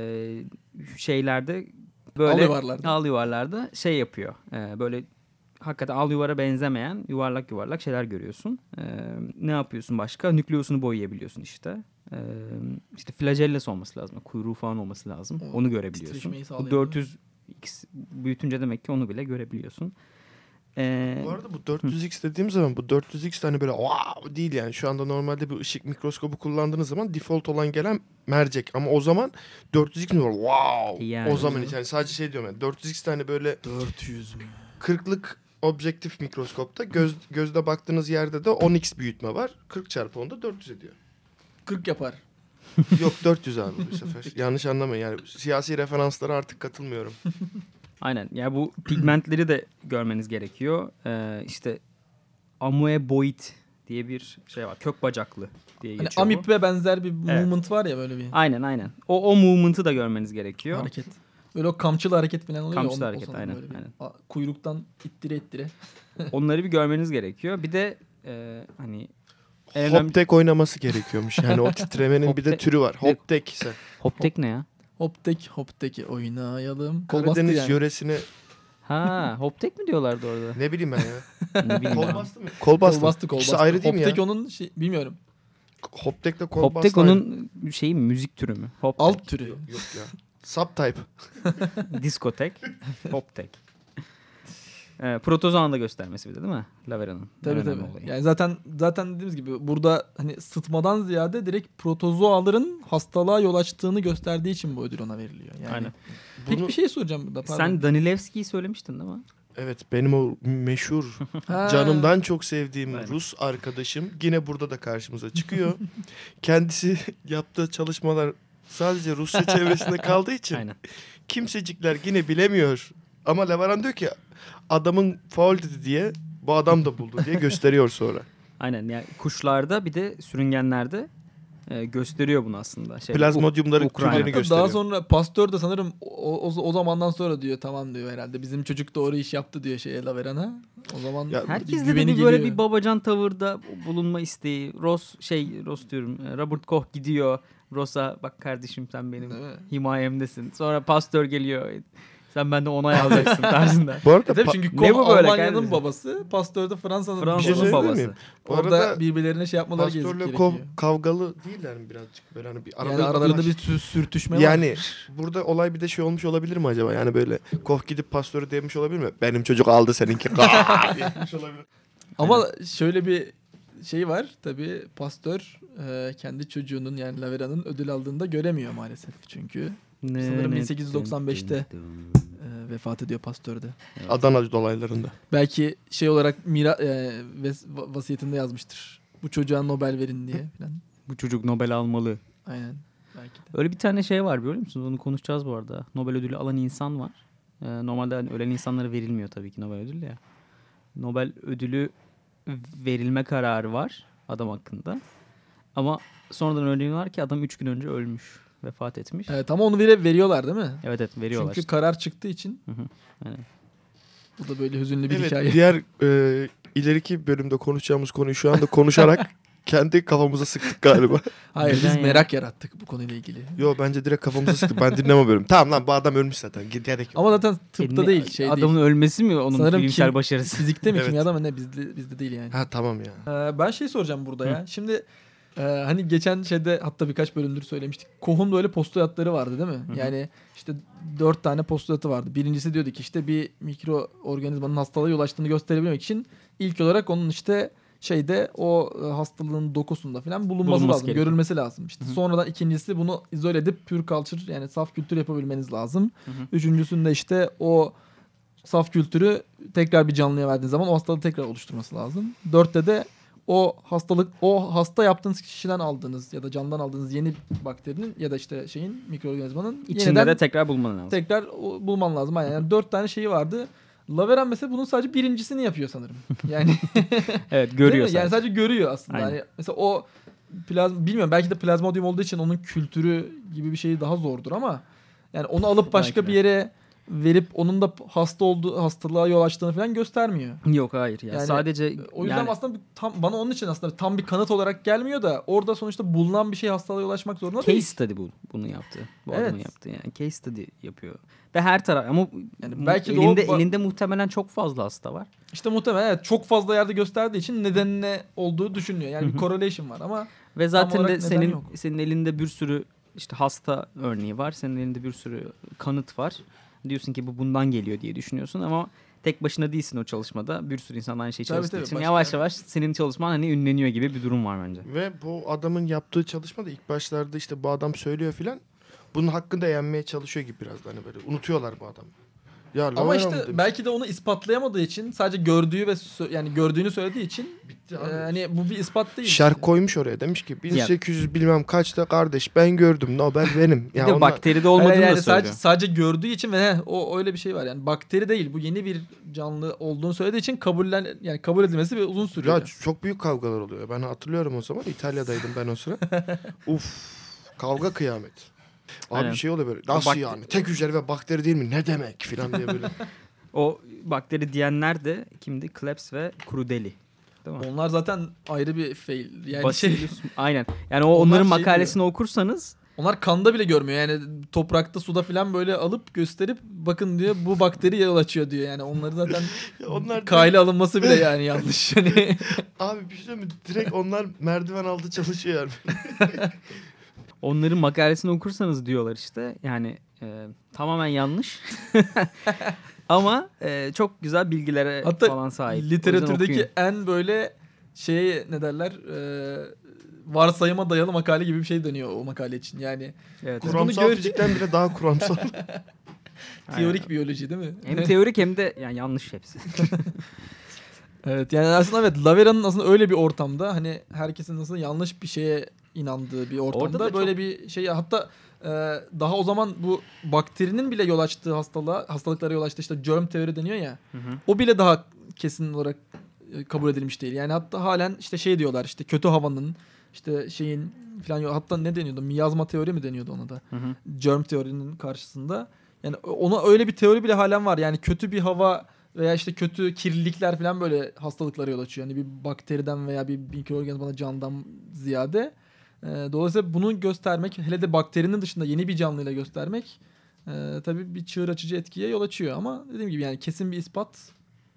şeylerde böyle al yuvarlarda şey yapıyor. Böyle hakikaten al yuvara benzemeyen yuvarlak yuvarlak şeyler görüyorsun. Ne yapıyorsun başka? Nükleusunu boyayabiliyorsun işte. İşte flagellası olması lazım. Kuyruğu falan olması lazım. Onu görebiliyorsun. Bu 400x büyütünce demek ki onu bile görebiliyorsun. Bu arada bu 400x dediğim zaman bu 400x tane böyle wow değil yani. Şu anda normalde bir ışık mikroskobu kullandığınız zaman default olan gelen mercek. Ama o zaman 400x mi var? Wow. Yani. O zaman yani sadece şey diyorum yani 400x tane böyle 400 mü? 40'lık objektif mikroskopta gözle baktığınız yerde de 10x büyütme var. 40 çarpı 10 da 400 ediyor. 40 yapar. Yok 400 abi bu sefer. Yanlış anlamayın yani siyasi referanslara artık katılmıyorum. Aynen. Yani bu pigmentleri de görmeniz gerekiyor. İşte amoeboid diye bir şey var. Kök bacaklı diye geçiyor. Hani amip ve benzer bir movement var ya böyle bir. Aynen. O movement'ı da görmeniz gerekiyor. Hareket. Böyle o kamçılı hareket falan oluyor. Kamçılı hareket aynen. Kuyruktan ittire. Onları bir görmeniz gerekiyor. Bir de hani Hoptek oynaması gerekiyormuş. Yani o titremenin bir de türü var. Hoptek ise. Hoptek ne ya? Hoptek oynayalım. Karadeniz yani. yöresine. Ha, hoptek mi diyorlardı orada? Ne bileyim ben ya. Ne bileyim. Kolbastı mı? Kolbastı. İkisi ayrı değil mi ya? Hoptek onun bilmiyorum. Hoptek'le kolbastı. Hoptek onun şeyi mi? Müzik türü mü? Hoptek. Alt türü. Yok ya. Subtype. Diskotek. Hoptek. Protozoan da göstermesi bir de değil mi? Lavera'nın. Tabii. Yani zaten dediğimiz gibi burada hani sıtmadan ziyade direkt protozoaların hastalığa yol açtığını gösterdiği için bu ödül ona veriliyor. Yani. Aynen. Peki bir şey soracağım burada. Pardon. Sen Danilevski'yi söylemiştin değil mi? Evet, benim o meşhur canımdan çok sevdiğim Rus arkadaşım yine burada da karşımıza çıkıyor. Kendisi yaptığı çalışmalar sadece Rusya çevresinde kaldığı için kimsecikler yine bilemiyor. Ama Laveran diyor ki adamın faul dedi diye bu adam da buldu diye gösteriyor sonra. Aynen yani kuşlarda bir de sürüngenlerde gösteriyor bunu aslında. Plazmodiumların türlerini gösteriyor. Daha sonra Pasteur de sanırım o zamandan sonra diyor tamam diyor herhalde bizim çocuk doğru iş yaptı diyor Laveran'a. O zaman herkes de bir böyle bir babacan tavırda bulunma isteği. Ross diyorum. Robert Koch gidiyor. Ross'a bak kardeşim sen benim himayemdesin. Sonra Pasteur geliyor. Sen benden onay alacaksın tarzında. Bu arada çünkü Koch Almanya'nın babası, Pasteur de Fransa'nın babası. Orada birbirlerine şey yapmaları gerekiyor. Pasteur'le Koch kavgalı değiller mi birazcık böyle hani bir yani aralarında bir sürtüşme var. Yani burada olay bir de şey olmuş olabilir mi acaba? Yani böyle Koch gidip Pasteur'ü demiş olabilir mi? Benim çocuk aldı seninki. Demiş olabilir. Ama şöyle bir şey var tabii Pasteur kendi çocuğunun yani Laveran'ın ödül aldığında göremiyor maalesef çünkü. Sanırım 1895'te vefat ediyor Pasteur'de. Evet. Adana dolaylarında. Belki şey olarak vasiyetinde yazmıştır. Bu çocuğa Nobel verin diye falan. Bu çocuk Nobel almalı. Aynen. Belki de. Öyle bir tane şey var biliyor musunuz? Onu konuşacağız bu arada. Nobel ödülü alan insan var. Normalde hani ölen insanlara verilmiyor tabii ki Nobel ödülü ya. Nobel ödülü verilme kararı var adam hakkında. Ama sonradan öğreniyorlar ki adam 3 gün önce ölmüş. Vefat etmiş. Evet ama onu veriyorlar değil mi? Evet veriyorlar. Çünkü karar çıktığı için. Aynen. Bu da böyle hüzünlü bir hikaye. Diğer ileriki bölümde konuşacağımız konuyu şu anda konuşarak kendi kafamıza sıktık galiba. Hayır biz merak yarattık bu konuyla ilgili. Yo bence direkt kafamıza sıktık. Ben dinlemiyorum. Tamam lan bu adam ölmüş zaten. Giderek. Ama zaten tıpta değil. Adamın ölmesi mi onun sanırım bilimsel başarısı? Fizikte mi kimyada mı ne bizde değil yani. Ha tamam ya. Ben şey soracağım burada ya. Şimdi hani geçen hatta birkaç bölümdür söylemiştik. Koch'un böyle postulatları vardı değil mi? Yani işte 4 tane postulatı vardı. Birincisi diyordu ki işte bir mikroorganizmanın hastalığa yol açtığını gösterebilmek için ilk olarak onun işte o hastalığın dokusunda falan bulunması lazım. Gerekiyor. Görülmesi lazım. İşte sonradan ikincisi bunu izole edip pure culture yani saf kültür yapabilmeniz lazım. Üçüncüsünde işte o saf kültürü tekrar bir canlıya verdiğiniz zaman o hastalığı tekrar oluşturması lazım. 4'te de o hasta yaptığınız kişiden aldığınız ya da candan aldığınız yeni bakterinin ya da işte mikroorganizmanın içinde de tekrar bulman lazım. Tekrar bulman lazım. Yani 4 tane şeyi vardı. Laveran mesela bunun sadece birincisini yapıyor sanırım. Yani evet görüyor yani sadece görüyor aslında. Yani mesela o bilmiyorum belki de plazmodium olduğu için onun kültürü gibi bir şeyi daha zordur ama yani onu alıp başka bir yere verip onun da hastalığa yol açtığını falan göstermiyor. Yok hayır ya. Yani, sadece o yüzden yani, aslında bana onun için aslında tam bir kanıt olarak gelmiyor da orada sonuçta bulunan bir şey hastalığa yol açmak zorunda case değil. study bunu yaptı. Bu Evet. adamın yaptığı yani case study yapıyor. Ve her taraf ama Yani belki elinde muhtemelen çok fazla hasta var. İşte muhtemelen evet, çok fazla yerde gösterdiği için nedenine olduğu düşünülüyor. Yani bir correlation var ama ve zaten de yok. senin elinde bir sürü işte hasta örneği var. Senin elinde bir sürü kanıt var. Diyorsun ki bu bundan geliyor diye düşünüyorsun ama tek başına değilsin o çalışmada. Bir sürü insan aynı şeyi çalıştığı için yavaş yavaş senin çalışman hani ünleniyor gibi bir durum var bence. Ve bu adamın yaptığı çalışmada ilk başlarda işte bu adam söylüyor filan. Bunun hakkında yenmeye çalışıyor gibi biraz da hani böyle. Unutuyorlar bu adamı. Ya, ama işte belki de onu ispatlayamadığı için sadece gördüğü ve yani gördüğünü söylediği için hani bu bir ispat değil. Şerh koymuş oraya, demiş ki 1800 bilmem kaçta kardeş ben gördüm, Nobel benim. Ya bir de bakteride olmadığını yani da söylüyor. sadece gördüğü için ve o öyle bir şey var yani bakteri değil, bu yeni bir canlı olduğunu söylediği için kabul edilmesi bir uzun sürüyor. Ya çok büyük kavgalar oluyor. Ben hatırlıyorum o zaman İtalya'daydım ben o sıra. Kavga kıyamet. Abi Aynen. şey oluyor böyle. Nasıl yani? Tek hücre ve bakteri değil mi? Ne demek filan diye böyle. O bakteri diyenler de kimdi? Klebs ve Crudeli. Değil mi? Onlar zaten ayrı bir fail. Yani aynen. Yani onların makalesini okursanız onlar kanda bile görmüyor. Yani toprakta, suda falan böyle alıp gösterip bakın diyor bu bakteri yol açıyor diyor. Yani onları zaten kayla alınması bile yani yanlış. Yani abi bir şey mi? Direkt onlar merdiven altı çalışıyor yani. Onların makalesini okursanız diyorlar işte yani tamamen yanlış ama çok güzel bilgilere hatta falan sahip. Hatta literatürdeki en böyle ne derler varsayıma dayalı makale gibi bir şey dönüyor o makale için yani. Evet, kuramsal fizikten bile daha kuramsal. Teorik biyoloji değil mi? Hem teorik hem de yani yanlış hepsi. Evet yani aslında evet Lavera'nın aslında öyle bir ortamda hani herkesin nasıl yanlış bir şeye inandığı bir ortamda böyle bir şey, hatta daha o zaman bu bakterinin bile yol açtığı hastalıklara yol açtığı işte germ teori deniyor ya. Hı. O bile daha kesin olarak kabul edilmiş değil. Yani hatta halen işte diyorlar işte kötü havanın işte falan, hatta ne deniyordu? Miyazma teori mi deniyordu ona da? Hı. Germ teorinin karşısında. Yani ona öyle bir teori bile halen var. Yani kötü bir hava veya işte kötü kirlilikler falan böyle hastalıklara yol açıyor. Yani bir bakteriden veya bir mikroorganizmadan, candan ziyade. Dolayısıyla bunu göstermek, hele de bakterinin dışında yeni bir canlıyla göstermek tabii bir çığır açıcı etkiye yol açıyor. Ama dediğim gibi yani kesin bir ispat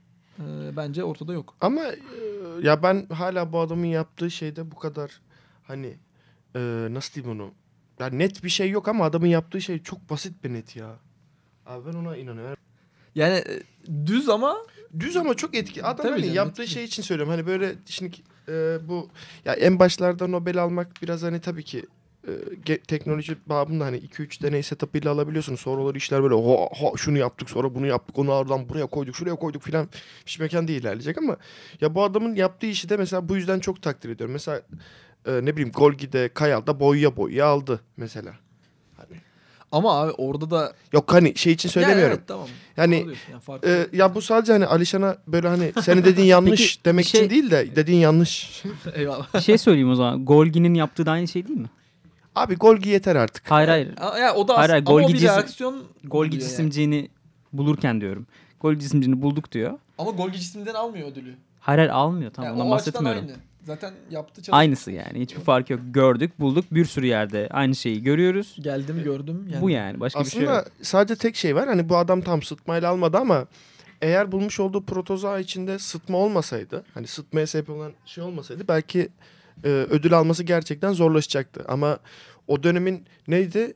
bence ortada yok. Ama ya ben hala bu adamın yaptığı şeyde bu kadar hani nasıl diyeyim onu? Ya net bir şey yok ama adamın yaptığı şey çok basit bir net ya. Abi ben ona inanıyorum. Yani düz ama çok etki. Adam hani yaptığı şey için söylüyorum. Hani böyle şimdi bu ya en başlarda Nobel almak biraz hani tabii ki teknoloji babında hani 2-3 deney setup'ıyla alabiliyorsunuz. Sonra olur işler böyle şunu yaptık, sonra bunu yaptık, onu oradan buraya koyduk, şuraya koyduk filan. Hiç mekan değil ilerleyecek ama ya bu adamın yaptığı işi de mesela bu yüzden çok takdir ediyorum. Mesela ne bileyim Golgi'de, Kayal'da boyuya aldı mesela. Hani ama abi orada da yok hani şey için söylemiyorum. Evet, tamam. Yani ya bu sadece hani Alişan'a böyle hani senin dediğin yanlış peki, demek için değil de dediğin yanlış. Eyvallah. Bir şey söyleyeyim o zaman. Golgi'nin yaptığı da aynı şey değil mi? Abi Golgi yeter artık. Hayır. Ya o da hayır, Golgi bir reaksiyon. Golgi cisimciğini bulurken diyorum. Golgi cisimciğini bulduk diyor. Ama Golgi cisimden almıyor ödülü. Hayır almıyor. Tamam yani ondan bahsetmiyorum. Aynı. Zaten yaptığı çalışma. Aynısı yani. Hiçbir fark yok. Gördük, bulduk. Bir sürü yerde aynı şeyi görüyoruz. Geldim, gördüm. Yani. Bu yani. Başka aslında bir şey yok. Aslında sadece tek şey var. Hani bu adam tam sıtmayla almadı ama eğer bulmuş olduğu protozoa içinde sıtma olmasaydı, hani sıtmaya sebep olan şey olmasaydı belki ödül alması gerçekten zorlaşacaktı. Ama o dönemin neydi?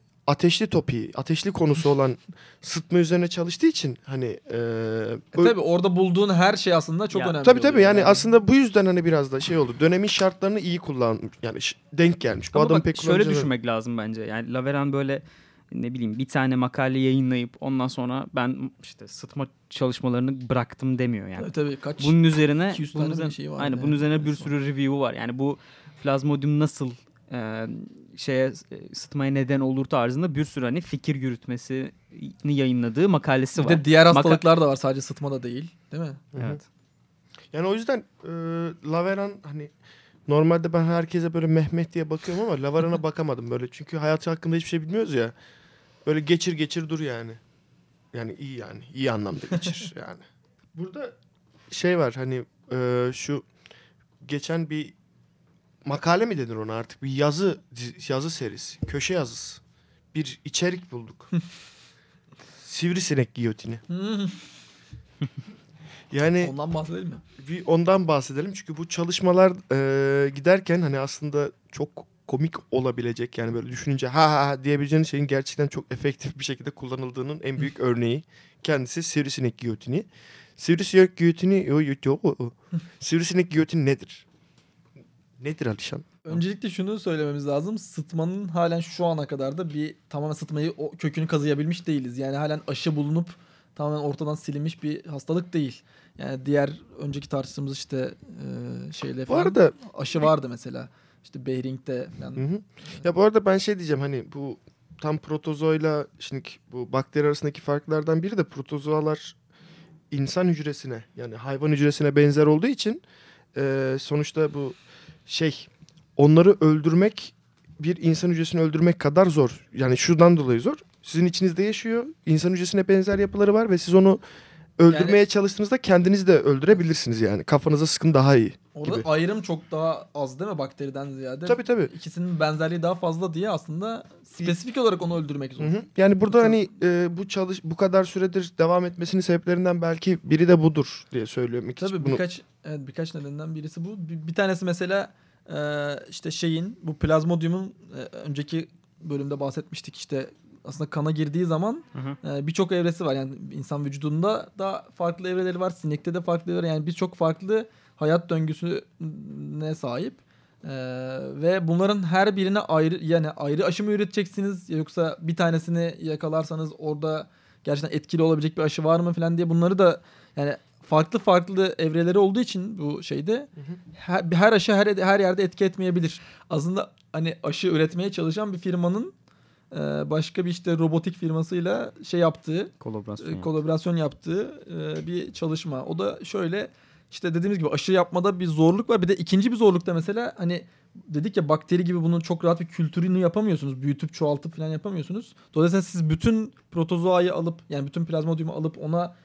Ateşli konusu olan sıtma üzerine çalıştığı için hani tabii orada bulduğun her şey aslında çok önemli. Tabii yani aslında bu yüzden hani biraz da şey oldu. Dönemin şartlarını iyi kullanmış. Yani denk gelmiş. Bu ama adam bak, pek şöyle düşünmek lazım bence. Yani Laveran böyle ne bileyim bir tane makale yayınlayıp ondan sonra ben işte sıtma çalışmalarını bıraktım demiyor yani. Tabii kaç bunun üzerine 200 tane bir şey var. Aynen bunun üzerine bir sürü review var. Yani bu Plasmodium nasıl sıtmaya neden olur tarzında bir sürü hani fikir yürütmesini yayınladığı makalesi var. Bir de diğer hastalıklar da var, sadece sıtma da değil mi? Evet. Yani o yüzden Laveran hani normalde ben herkese böyle Mehmet diye bakıyorum ama Laveran'a bakamadım böyle. Çünkü hayatı hakkında hiçbir şey bilmiyoruz ya. Böyle geçir dur yani. Yani iyi yani. İyi anlamda geçir yani. Burada şey var hani şu geçen bir makale mi denir ona artık? Bir yazı serisi. Köşe yazısı. Bir içerik bulduk. Sivrisinek giyotini. Yani ondan bahsedelim mi? Bir ondan bahsedelim çünkü bu çalışmalar giderken hani aslında çok komik olabilecek yani böyle düşününce ha diyebileceğiniz şeyin gerçekten çok efektif bir şekilde kullanıldığının en büyük örneği kendisi sivrisinek giyotini. Sivrisinek giyotini nedir? Nedir Alişan? Öncelikle şunu söylememiz lazım. Sıtmanın halen şu ana kadar da bir tamamen sıtmayı kökünü kazıyabilmiş değiliz. Yani halen aşı bulunup tamamen ortadan silinmiş bir hastalık değil. Yani diğer önceki tartıştığımız işte şeyle falan arada, aşı vardı mesela. İşte Behring'de falan. Ya bu arada ben şey diyeceğim hani bu tam protozoyla şimdi bu bakteri arasındaki farklardan biri de protozoalar insan hücresine yani hayvan hücresine benzer olduğu için sonuçta bu onları öldürmek bir insan hücresini öldürmek kadar zor. Yani şuradan dolayı zor. Sizin içinizde yaşıyor. İnsan hücresine benzer yapıları var ve siz onu öldürmeye çalıştığınızda kendiniz de öldürebilirsiniz yani. Kafanıza sıkın daha iyi orada gibi. ayrım çok daha az değil mi bakteriden ziyade? Tabii. İkisinin benzerliği daha fazla diye aslında spesifik olarak onu öldürmek zor. Yani burada hani bu kadar süredir devam etmesinin sebeplerinden belki biri de budur diye söylüyorum. Tabii birkaç nedenden birisi bu. Bir tanesi mesela işte bu plazmodiumun önceki bölümde bahsetmiştik işte aslında kana girdiği zaman birçok evresi var. Yani insan vücudunda da farklı evreleri var. Sinekte de farklı evreleri var. Yani birçok farklı hayat döngüsüne sahip. Ve bunların her birine ayrı aşı mı üreteceksiniz yoksa bir tanesini yakalarsanız orada gerçekten etkili olabilecek bir aşı var mı falan diye bunları da yani farklı evreleri olduğu için bu şeyde her aşı her yerde etki etmeyebilir. Aslında hani aşı üretmeye çalışan bir firmanın başka bir işte robotik firmasıyla kolaborasyon yaptığı bir çalışma. O da şöyle işte dediğimiz gibi aşı yapmada bir zorluk var. Bir de ikinci bir zorluk da mesela hani dedik ya bakteri gibi bunun çok rahat bir kültürünü yapamıyorsunuz. Büyütüp çoğaltıp falan yapamıyorsunuz. Dolayısıyla siz bütün protozoayı alıp yani bütün plazmodiumu alıp ona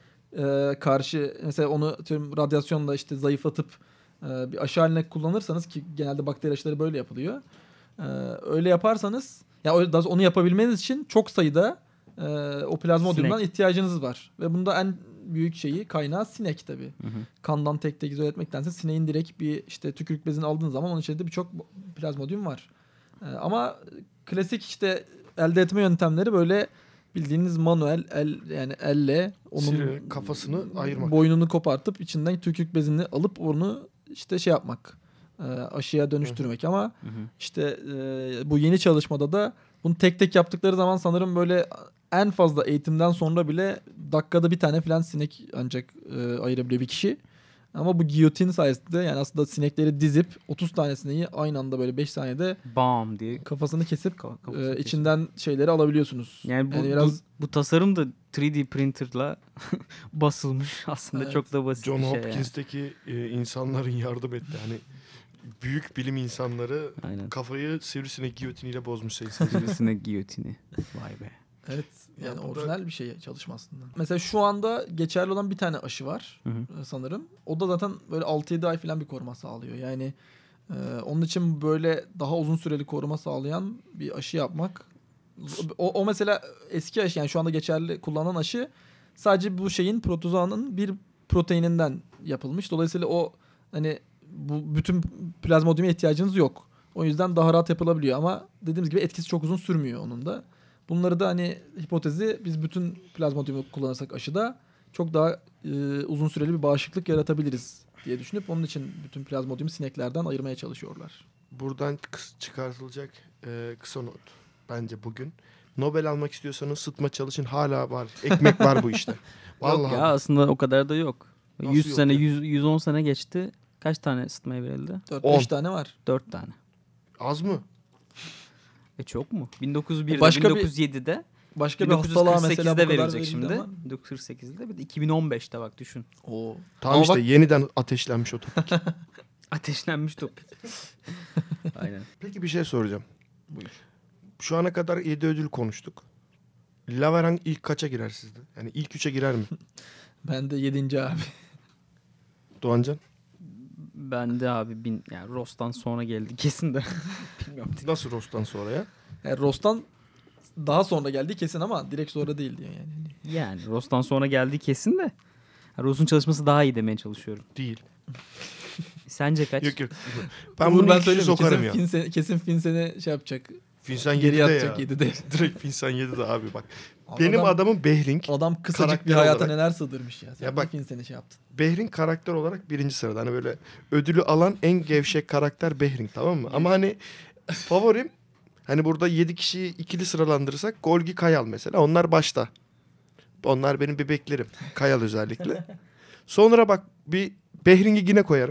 karşı mesela onu radyasyonla işte zayıflatıp bir aşı haline kullanırsanız ki genelde bakteri aşıları böyle yapılıyor. Öyle yaparsanız yani onu yapabilmeniz için çok sayıda o plazmodiumdan ihtiyacınız var. Ve bunda en büyük kaynağı sinek tabii. Kandan tek tek izole etmektense sineğin direkt bir işte tükürük bezini aldığın zaman onun içinde birçok plazmodium var. Ama klasik işte elde etme yöntemleri böyle bildiğiniz manuel yani elle onun kafasını ayırmak. Boynunu kopartıp içinden tükürük bezini alıp onu işte yapmak. Aşıya dönüştürmek ama işte bu yeni çalışmada da bunu tek tek yaptıkları zaman sanırım böyle en fazla eğitimden sonra bile dakikada bir tane falan sinek ancak ayırabiliyor bir kişi. Ama bu giyotin sayesinde yani aslında sinekleri dizip 30 tane sineği aynı anda böyle 5 saniyede bam diye kafasını kesip içinden şeyleri alabiliyorsunuz. Yani bu tasarım da 3D printerla basılmış aslında çok da basit John bir şey. Hopkins'teki insanların yardım etti. Hani büyük bilim insanları kafayı sivrisinek giyotiniyle bozmuş sivrisinek giyotini. Vay be. Evet. Yani orijinal bir şey çalışma aslında. Mesela şu anda geçerli olan bir tane aşı var sanırım. O da zaten böyle 6-7 ay falan bir koruma sağlıyor. Yani onun için böyle daha uzun süreli koruma sağlayan bir aşı yapmak. O mesela eski aşı yani şu anda geçerli kullanılan aşı sadece bu protozoanın bir proteininden yapılmış. Dolayısıyla o hani bu bütün plazmodiuma ihtiyacınız yok. O yüzden daha rahat yapılabiliyor ama dediğimiz gibi etkisi çok uzun sürmüyor onun da. Bunları da hani hipotezi biz bütün plazmodiumu kullanırsak aşıda çok daha uzun süreli bir bağışıklık yaratabiliriz diye düşünüp onun için bütün plazmodiumu sineklerden ayırmaya çalışıyorlar. Buradan çıkartılacak kısa not bence bugün. Nobel almak istiyorsanız sıtma çalışın hala var. Ekmek var bu işte. Vallahi. Yok ya aslında o kadar da yok. Nasıl 100 yok sene ya? 110 sene geçti. Kaç tane sıtmaya verildi? 4-5 tane var. 4 tane. Az mı? Çok mu? 1901'de, başka 1907'de. Başka bir hastalığa mesela bu kadar verilecek şimdi. Ama. 1948'de bir de 2015'te bak düşün. Oo. Tamam işte yeniden ateşlenmiş o topik. Ateşlenmiş topik. Aynen. Peki bir şey soracağım. Buyur. Şu ana kadar 7 ödül konuştuk. Laveran ilk kaça girer sizde? Yani ilk 3'e girer mi? Ben de 7. abi. Doğancan? Ben de abi yani Ross'tan sonra geldi kesin de. Bilmiyorum. Nasıl Ross'tan sonra ya? Yani Ross'tan daha sonra geldi kesin ama direkt sonra değil diyor yani. Yani Ross'tan sonra geldi kesin de. Ross'un çalışması daha iyi demeye çalışıyorum. Değil. Sence kaç? Yok. Ben bunu ilk üçe sokarım ya. Kesin Finsen'e şey yapacak. Finsen geri 7'de atacak ya. 7'de. Direkt Finsen 7'de abi bak. Benim adamım Behring. Adam kısacık karakter bir hayata olarak. neler sığdırmış ya. Sen Ya bak, Finsen'e şey yaptın. Behring karakter olarak 1. sırada. Hani böyle ödülü alan en gevşek karakter Behring, tamam mı? Ama hani favorim, hani burada 7 kişiyi ikili sıralandırırsak Golgi, Kayal mesela. Onlar başta. Onlar benim bebeklerim. Kayal özellikle. Sonra bak bir Behring'i yine koyarım.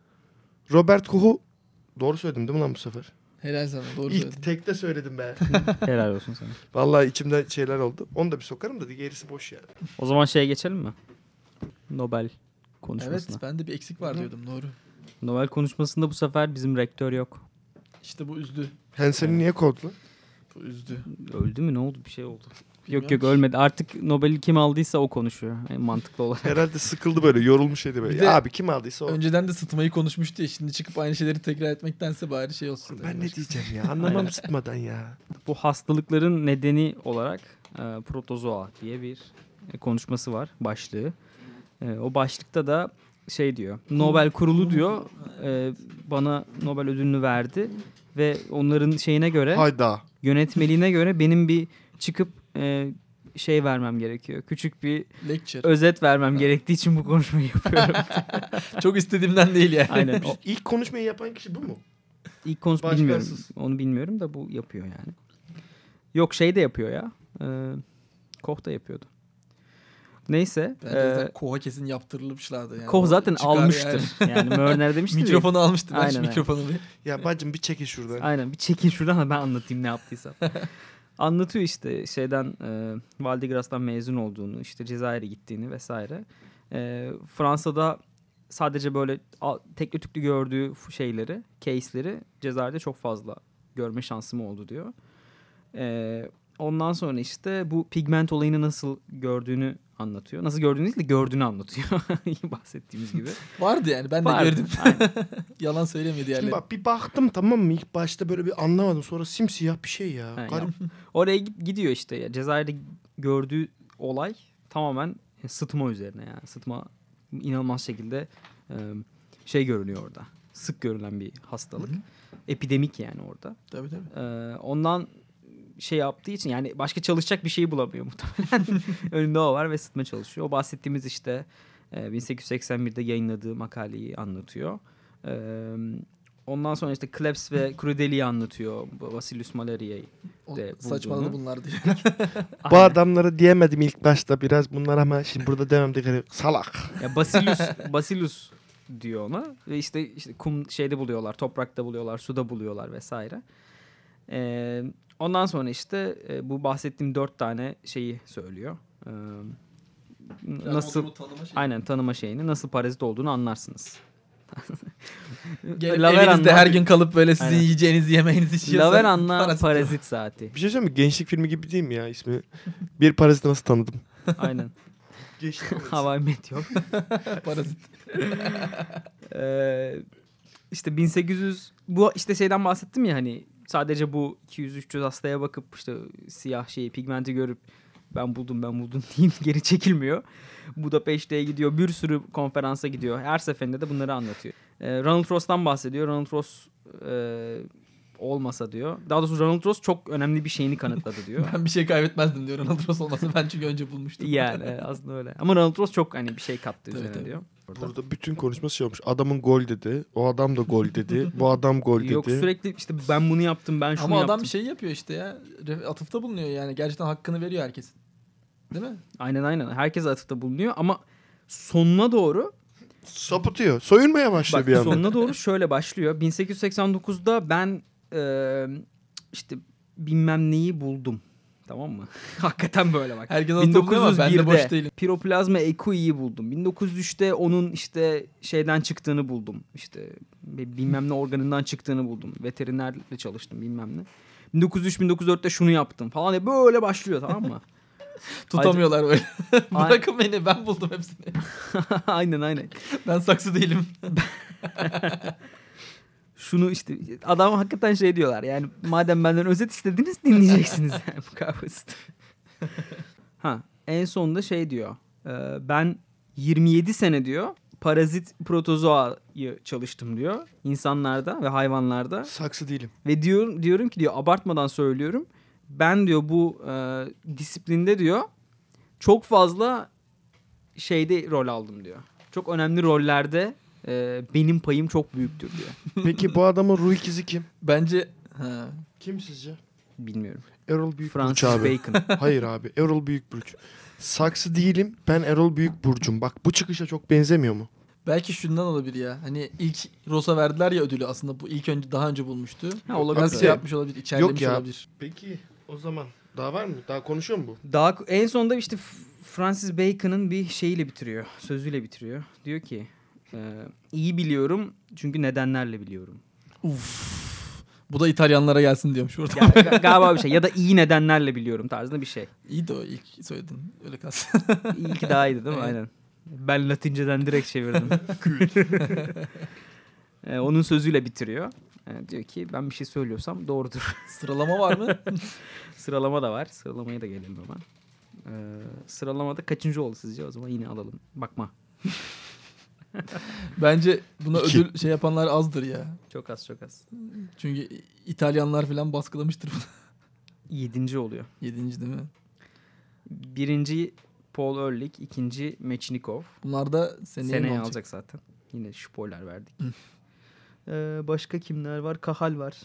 Robert Koch'u doğru söyledim değil mi lan bu sefer? Helal sana, doğru İlk söyledin. tekte söyledim be. Helal olsun sana. Vallahi içimde şeyler oldu. Onu da bir sokarım da gerisi boş yani. O zaman şeye geçelim mi? Nobel konuşmasına. Evet, ben de bir eksik var diyordum, doğru. Nobel konuşmasında bu sefer bizim rektör yok. İşte bu üzdü. Hansen'i niye kovdular? Bu üzdü. Öldü mü, ne oldu, bir şey oldu. Yok ölmedi. Artık Nobel'i kim aldıysa o konuşuyor. Yani mantıklı olarak. Herhalde sıkıldı böyle, yorulmuş şeydi böyle. Ya abi kim aldıysa o. Önceden de sıtmayı konuşmuştu ya, şimdi çıkıp aynı şeyleri tekrar etmektense bari şey olsun. Ben ne diyeceğim ya, anlamam sıtmadan ya. Bu hastalıkların nedeni olarak protozoa diye bir konuşması var, başlığı. O başlıkta da şey diyor. Nobel kurulu diyor bana Nobel ödülünü verdi ve onların şeyine göre, hayda, yönetmeliğine göre benim bir çıkıp şey vermem gerekiyor. Küçük bir lecture, özet vermem gerektiği için bu konuşmayı yapıyorum. Çok istediğimden değil yani. Aynen. İlk konuşmayı yapan kişi bu mu? İlk konuşma bilmiyorum. Onu bilmiyorum da bu yapıyor yani. Yok, şey de yapıyor ya. Koch da yapıyordu. Neyse. Zaten Koch'a kesin yaptırılmışlardı yani. Koch zaten çıkar almıştır. Yani Mörner demişti. Mikrofonu almıştı. Ben Aynen, mikrofonu Ya bacım bir çekil şuradan. Aynen, bir çekil şuradan da ben anlatayım ne yaptıysam. Anlatıyor işte şeyden Val de Grâce'dan mezun olduğunu, işte Cezayir'e gittiğini vesaire. Fransa'da sadece böyle tekli tüklü gördüğü şeyleri, case'leri Cezayir'de çok fazla görme şansım oldu diyor. Ondan sonra işte bu pigment olayını nasıl gördüğünü anlatıyor. Nasıl gördüğünü değil de gördüğünü anlatıyor. Bahsettiğimiz gibi. Vardı yani, ben de Vardı, gördüm. Yalan söylemiyor diğerleri. Şimdi bak bir baktım, tamam mı? İlk başta böyle bir anlamadım. Sonra simsiyah bir şey ya. Yani oraya gidiyor işte. Cezayir'de gördüğü olay tamamen sıtma üzerine yani. Sıtma inanılmaz şekilde şey görünüyor orada. Sık görülen bir hastalık. Hı-hı. Epidemik yani orada. Tabii. Ondan şey yaptığı için yani başka çalışacak bir şey bulamıyor muhtemelen. Önünde o var ve sıtma çalışıyor. O bahsettiğimiz işte 1881'de yayınladığı makaleyi anlatıyor. Ondan sonra işte Klebs ve Crudeli'yi anlatıyor. Bacillus malariae de saçmaladı bunlar diye. Bu adamları diyemedim ilk başta biraz bunlar ama şimdi burada demem de salak. Ya Bacillus diyor ona ve işte kum şeyde buluyorlar, toprakta buluyorlar, suda buluyorlar vesaire. Ondan sonra işte bu bahsettiğim 4 tane şeyi söylüyor. Nasıl tanıma şeyini, nasıl parazit olduğunu anlarsınız. Evinizde her gün kalıp böyle sizin yiyeceğiniz yemeğinizi içiyorsa. Laveran'la parazit saati. Bir şey söyleyeyim mi? Gençlik filmi gibi değil mi ya ismi? Bir paraziti nasıl tanıdım? Aynen. Hawaii Meteor. Parazit. İşte 1800 bu işte şeyden bahsettim ya, hani sadece bu 200-300 hastaya bakıp işte siyah şeyi, pigmenti görüp ben buldum diyeyim geri çekilmiyor. Budapeşte'ye gidiyor, bir sürü konferansa gidiyor. Her seferinde de bunları anlatıyor. Ronald Ross'tan bahsediyor. Ronald Ross olmasa diyor. Daha doğrusu Ronald Ross çok önemli bir şeyini kanıtladı diyor. Ben bir şey kaybetmezdim diyor Ronald Ross olmasa. Ben çünkü önce bulmuştum. Yani aslında öyle. Ama Ronald Ross çok hani bir şey kattı üzerine diyor. Burada bütün konuşması şey olmuş. Adamın gol dedi. O adam da gol dedi. Bu adam gol dedi. Yok, sürekli işte ben bunu yaptım, ben şunu yaptım. yaptım. Ama adam şey yapıyor işte ya. Atıfta bulunuyor yani. Gerçekten hakkını veriyor herkesin. Değil mi? Aynen. Herkes atıfta bulunuyor ama sonuna doğru sapıtıyor. Soyunmaya başlıyor bir anda. Sonuna doğru şöyle başlıyor. 1889'da ben işte bilmem neyi buldum. Tamam mı? Hakikaten böyle bak. Herkes hatırlıyor ama ben de boş değilim. Piroplazma equi'yi buldum. 1903'te onun işte şeyden çıktığını buldum. İşte bilmem ne organından çıktığını buldum. Veterinerle çalıştım bilmem ne. 1903-1904'te şunu yaptım falan diye böyle başlıyor, tamam mı? Tutamıyorlar böyle. Bırakın beni, ben buldum hepsini. Aynen. Ben saksı değilim. Şunu işte adam hakikaten şey diyorlar. Yani madem benden özet istediniz dinleyeceksiniz. Yani bu kadar basit. En sonunda şey diyor. Ben 27 sene diyor parazit protozoayı çalıştım diyor. İnsanlarda ve hayvanlarda. Saksı değilim. Ve diyorum ki diyor, abartmadan söylüyorum. Ben diyor bu disiplinde diyor çok fazla şeyde rol aldım diyor. Çok önemli rollerde benim payım çok büyüktür diyor. Peki bu adamın ruh ikizi kim? Bence kim sizce? Bilmiyorum. Erol Büyükburç Francis abi. Bacon. Hayır abi, Erol Büyükburç. Saksı değilim, ben Erol Büyükburç'um. Bak bu çıkışa çok benzemiyor mu? belki şundan olabilir ya. Hani ilk Ross'a verdiler ya ödülü, aslında bu daha önce bulmuştu. Olabilir. Biraz şey yapmış olabilir, içerlemiş olabilir. Peki o zaman daha var mı? Daha konuşuyor mu bu? Daha en sonunda işte Francis Bacon'ın bir şeyiyle bitiriyor. Sözüyle bitiriyor. Diyor ki iyi biliyorum çünkü nedenlerle biliyorum. Bu da İtalyanlara gelsin diyormuş burada. Galiba bir şey. Ya da iyi nedenlerle biliyorum tarzında bir şey. İyi de o ilk söyledin. Öyle kalsın. İlki daha iyiydi değil mi? Evet. Aynen. Ben Latinceden direkt çevirdim. Onun sözüyle bitiriyor. Diyor ki ben bir şey söylüyorsam doğrudur. Sıralama var mı? Sıralama da var. Sıralamaya da gelelim hemen. Sıralamada kaçıncı oldu sizce? O zaman yine alalım. Bakma. Bence buna ödül şey yapanlar azdır ya. Çok az. Çünkü İtalyanlar falan baskılamıştır bunu. 7. oluyor. 7. değil mi? 1. Paul Ehrlich, 2. Mechnikov. Bunlar da seneye alacak zaten. Yine spoiler verdik. Başka kimler var? Kahal var.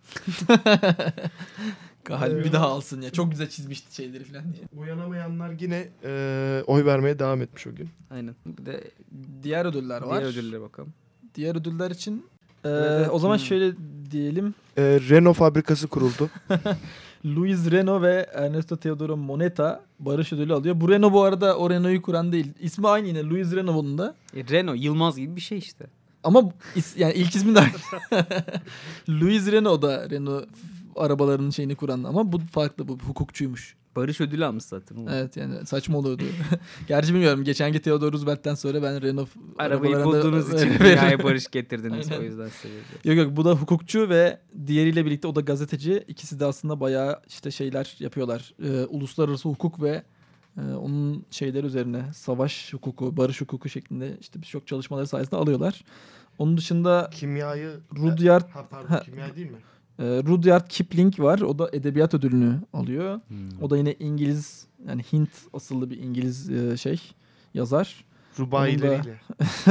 Kahal bir daha alsın ya. Çok güzel çizmişti şeyleri falan diye. Uyanamayanlar yine oy vermeye devam etmiş o gün. Aynen. Bir de diğer ödüller var. Diğer ödüllere bakalım. Diğer ödüller için o zaman şöyle diyelim. Renault fabrikası kuruldu. Louis Renault ve Ernesto Teodoro Moneta barış ödülü alıyor. Bu Renault bu arada o Renault'u kuran değil. İsmi aynı yine, Louis Renault'un da. Renault, Yılmaz gibi bir şey işte. Ama yani ilk ismi de aynı. Louis Renault da Renault arabalarının şeyini kuran, ama bu farklı, bu hukukçuymuş. Barış ödülü almış zaten. Evet yani saçma oluyordu. Gerçi bilmiyorum. Geçenki Theodore Roosevelt'ten sonra ben Renault arabayı bulduğunuz için dünyaya barış getirdiniz. O yüzden seviyorum. Yok bu da hukukçu ve diğeriyle birlikte o da gazeteci. İkisi de aslında bayağı işte şeyler yapıyorlar. Uluslararası hukuk ve onun şeyleri üzerine savaş hukuku, barış hukuku şeklinde işte birçok çalışmaları sayesinde alıyorlar. Onun dışında kimyayı Rudyard kimya değil mi? Rudyard Kipling var. O da edebiyat ödülünü alıyor. O da yine İngiliz, yani Hint asıllı bir İngiliz yazar. Rubaileriyle.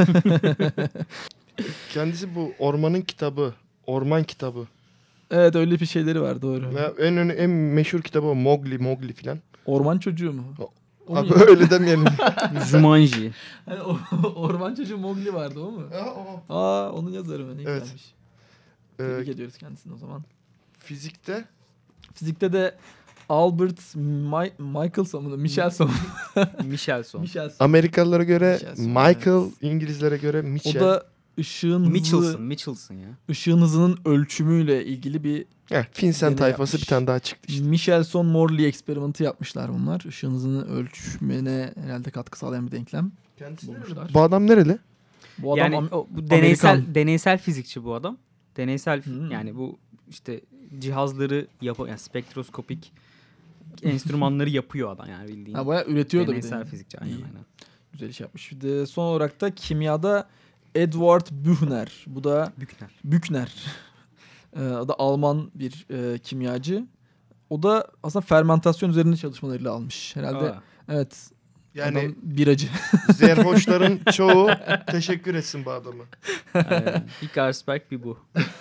Kendisi bu Orman kitabı. Evet öyle bir şeyleri var, doğru. Ve en meşhur kitabı o Mowgli filan. Orman çocuğu mu? Abi öyle demeyelim. Jumanji. Hani Orman çocuğu Mowgli vardı, o mu? Onun yazarı mı? Ne güzelmiş. Tebrik ediyoruz kendisini o zaman. Fizikte de Albert Michelson. Michelson. Amerikalılara göre Michael, evet. İngilizlere göre Mitchell. O da ışığın Michelson ya. Işığın hızının ölçümüyle ilgili bir Vincent tayfası yapmış. Bir tane daha çıktı işte. Michelson-Morley eksperimenti yapmışlar bunlar. Işığın hızını ölçmene herhalde katkı sağlayan bir denklem. Bulmuşlar. Bu adam nereli? Bu adam yani bu deneysel fizikçi bu adam. Deneysel yani bu işte cihazları yani spektroskopik enstrümanları yapıyor adam yani bildiğin. Bayağı üretiyor da deneysel fizikçi aynen. Güzel iş yapmış. Bir de son olarak da kimyada Edward Büchner. Bu da Büchner. O da Alman bir kimyacı. O da aslında fermentasyon üzerine çalışmalarıyla almış herhalde. Evet. Yani adam biracı. Zerhoşların çoğu teşekkür etsin bu adamı. Bir Carlsberg bir bu.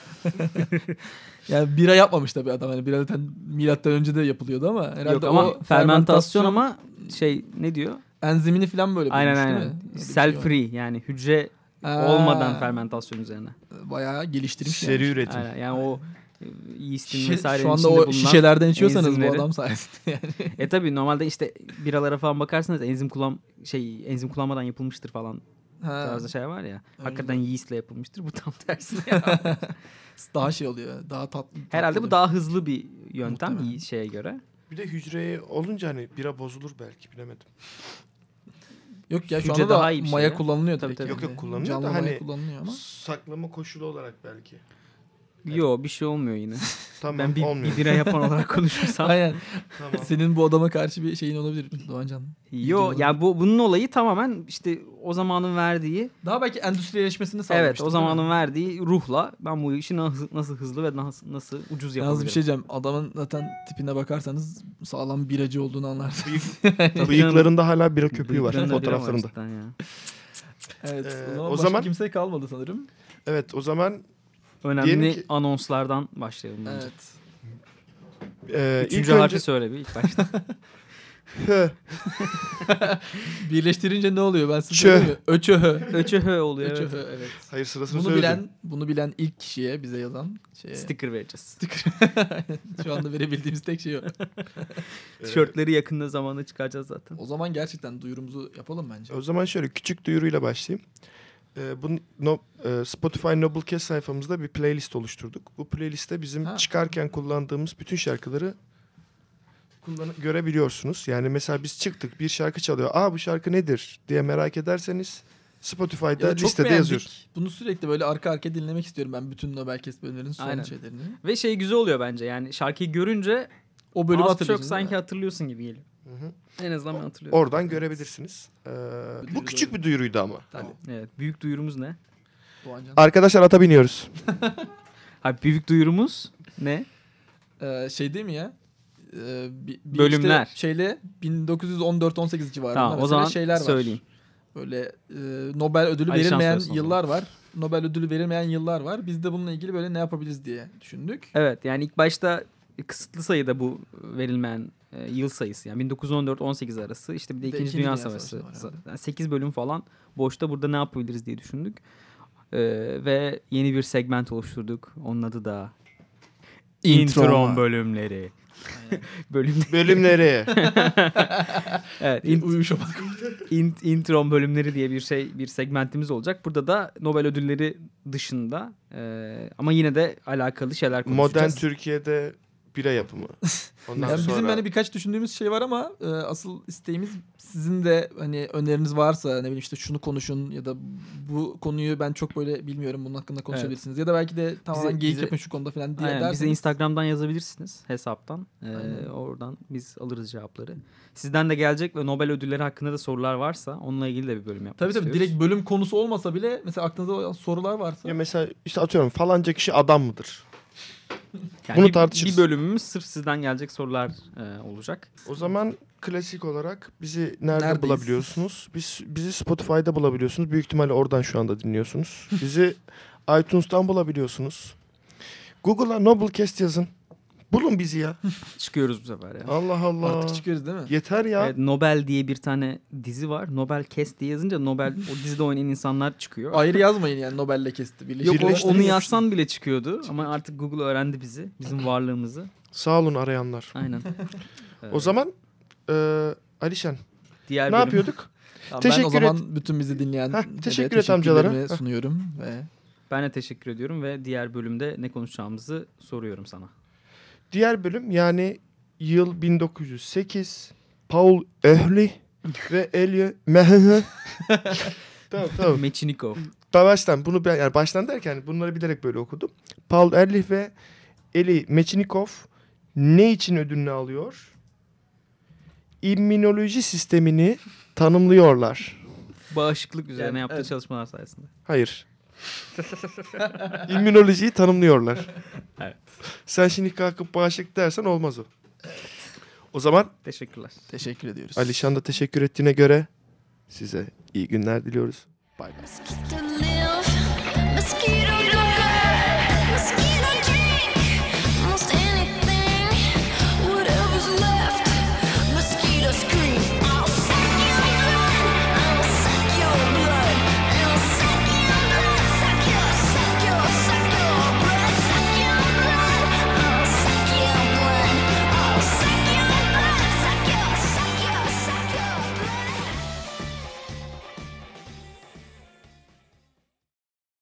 Yani bira yapmamış tabii adam. Hani bira zaten milattan önce de yapılıyordu ama herhalde yok, ama o fermentasyon ama ne diyor? Enzimini falan böyle bulmuş, aynen. değil mi? Cell free yani hücre olmadan fermentasyon üzerine. Bayağı geliştirmiş. Seri üretim. Aynen. Yani o yeast'in vesairenin şu anda o şişelerden içiyorsanız enzimleri, bu adam sayesinde yani. Tabii normalde işte biralara falan bakarsanız enzim kullanmadan yapılmıştır falan. Tarzda şey var ya. Hakikaten yeast'le yapılmıştır. Bu tam tersine. Daha şey oluyor. Daha tatlı. Herhalde bu daha hızlı bir yöntem şeye göre. Bir de hücreye olunca hani bira bozulur belki, bilemedim. Yok ya şu Hücre anda da daha iyi bir şey maya ya. kullanılıyor Tabii, tabii. tabii. Yok kullanılıyor Canlı da maya hani kullanılıyor ama. saklama koşulu olarak belki. Yo bir şey olmuyor yine. Tamam, Ben olmuyor. bir bira yapan olarak konuşursam. Aynen. Tamam. Senin bu adama karşı bir şeyin olabilir Doğancan. Yo ya bunun olayı tamamen işte o zamanın verdiği. Daha belki endüstriyeleşmesini sağlamıştır. Evet, o zamanın verdiği ruhla ben bu işi nasıl hızlı ve nasıl ucuz yapabilirim. Yalnız bir şey diyeceğim. Adamın zaten tipine bakarsanız sağlam biracı olduğunu anlarsınız. Bıyıklarında hala bira köpüğü var Bıyıklarında bira var fotoğraflarında. cidden ya. Evet. O O zaman- zaman kimse kalmadı sanırım. Evet, o zaman Önemli diyelim ki- anonslardan başlayalım bence. Evet. Üçüncü harfi söyle bir ilk başta. Birleştirince ne oluyor ben size Çö. söyleyeyim mi? Öçöhö. Öçöhö oluyor evet. Öçöhö, evet. Hayır, sırasını Bunu söyledim. bilen ilk kişiye bize yazan Sticker vereceğiz. Sticker. Şu anda verebildiğimiz tek şey o. Tişörtleri yakında zamanda çıkaracağız zaten. O zaman gerçekten duyurumuzu yapalım bence. O zaman şöyle küçük duyuruyla başlayayım. Spotify Noblecast sayfamızda bir playlist oluşturduk. Bu playlistte bizim çıkarken kullandığımız bütün şarkıları görebiliyorsunuz. Yani mesela biz çıktık, bir şarkı çalıyor. Aa, bu şarkı nedir diye merak ederseniz Spotify'da Ya çok listede beğendik. yazıyor. Bunu sürekli böyle arka arkaya dinlemek istiyorum ben bütün Nobelcast bölümlerinin son Aynen. şeylerini. Ve şey güzel oluyor bence yani şarkıyı görünce O bölümü az çok hatırlıyorsun. sanki değil mi? hatırlıyorsun gibi geliyor. En azından ben hatırlıyorum. Oradan görebilirsiniz. Bu küçük bir duyuruydu ama. Tamam. Evet, büyük duyurumuz ne? Doğancan. Arkadaşlar, ata biniyoruz. Abi büyük duyurumuz ne? Şey değil mi ya? Bir Bölümler. Işte şeyle 1914-18 civarında Tamam, o mesela zaman şeyler söyleyeyim. var. Böyle Nobel ödülü Ali Şans verilmeyen söylesin o zaman. yıllar var. Nobel ödülü verilmeyen yıllar var. Biz de bununla ilgili böyle ne yapabiliriz diye düşündük. Evet yani ilk başta kısıtlı sayıda bu verilmeyen yıl sayısı. Yani 1914-18 arası işte bir de 2. Dünya Savaşı. Yani 8 bölüm falan boşta burada ne yapabiliriz diye düşündük. Ve yeni bir segment oluşturduk. Onun adı da Intron bölümleri. Bölümleri. Evet, uyuşamadık. Intron bölümleri diye bir segmentimiz olacak. Burada da Nobel ödülleri dışında ama yine de alakalı şeyler konuşacağız. Modern Türkiye'de bira yapımı. Ondan Yani sonra... bizim hani birkaç düşündüğümüz şey var ama asıl isteğimiz sizin de hani öneriniz varsa ne bileyim işte şunu konuşun ya da bu konuyu ben çok böyle bilmiyorum bunun hakkında konuşabilirsiniz. Ya da belki de tamamen geyik yapın şu konuda falan diye derseniz. Bize Instagram'dan yazabilirsiniz hesaptan. Oradan biz alırız cevapları. Sizden de gelecek ve Nobel ödülleri hakkında da sorular varsa onunla ilgili de bir bölüm yapmak istiyoruz. Tabii direkt bölüm konusu olmasa bile mesela aklınızda olan sorular varsa. Ya mesela işte atıyorum falanca kişi adam mıdır? Yani Bunu tartışırız. Bir bölümümüz sırf sizden gelecek sorular olacak. O zaman klasik olarak bizi neredeyiz? Bulabiliyorsunuz? Bizi Spotify'da bulabiliyorsunuz. Büyük ihtimalle oradan şu anda dinliyorsunuz. Bizi iTunes'tan bulabiliyorsunuz. Google'a Noblecast yazın. Bulun bizi ya. Çıkıyoruz bu sefer ya. Allah Allah. Artık çıkıyoruz değil mi? Yeter ya. Evet, Nobel diye bir tane dizi var. Nobelcast diye yazınca Nobel o dizide oynayan insanlar çıkıyor. Ayrı yazmayın yani Nobel'le kesti. Yok onu yazsan bile çıkıyordu ama artık Google öğrendi bizi. Bizim varlığımızı. Sağ olun arayanlar. Aynen. O zaman Alişan. Diğer ne bölüm. yapıyorduk? Tamam, teşekkür ben o zaman bütün bizi dinleyen teşekkür et amcalara. teşekkürlerimi sunuyorum ve ben de teşekkür ediyorum ve diğer bölümde ne konuşacağımızı soruyorum sana. Diğer bölüm yani yıl 1908. Paul Ehrlich ve Elie Meheh. Tamam. Mechinikov. Baştan bunu yani baştan derken bunları bilerek böyle okudum. Paul Ehrlich ve Elie Mechinikov ne için ödülünü alıyor? İmmünoloji sistemini tanımlıyorlar. Bağışıklık üzerine Yani, yaptığı evet. çalışmalar sayesinde. Hayır. İmmünolojiyi tanımlıyorlar. Evet. Sen şimdi kalkıp bağışıklık dersen olmaz o. O zaman Teşekkürler. teşekkür ediyoruz. Alişan da teşekkür ettiğine göre size iyi günler diliyoruz. Bay bay. Mosquito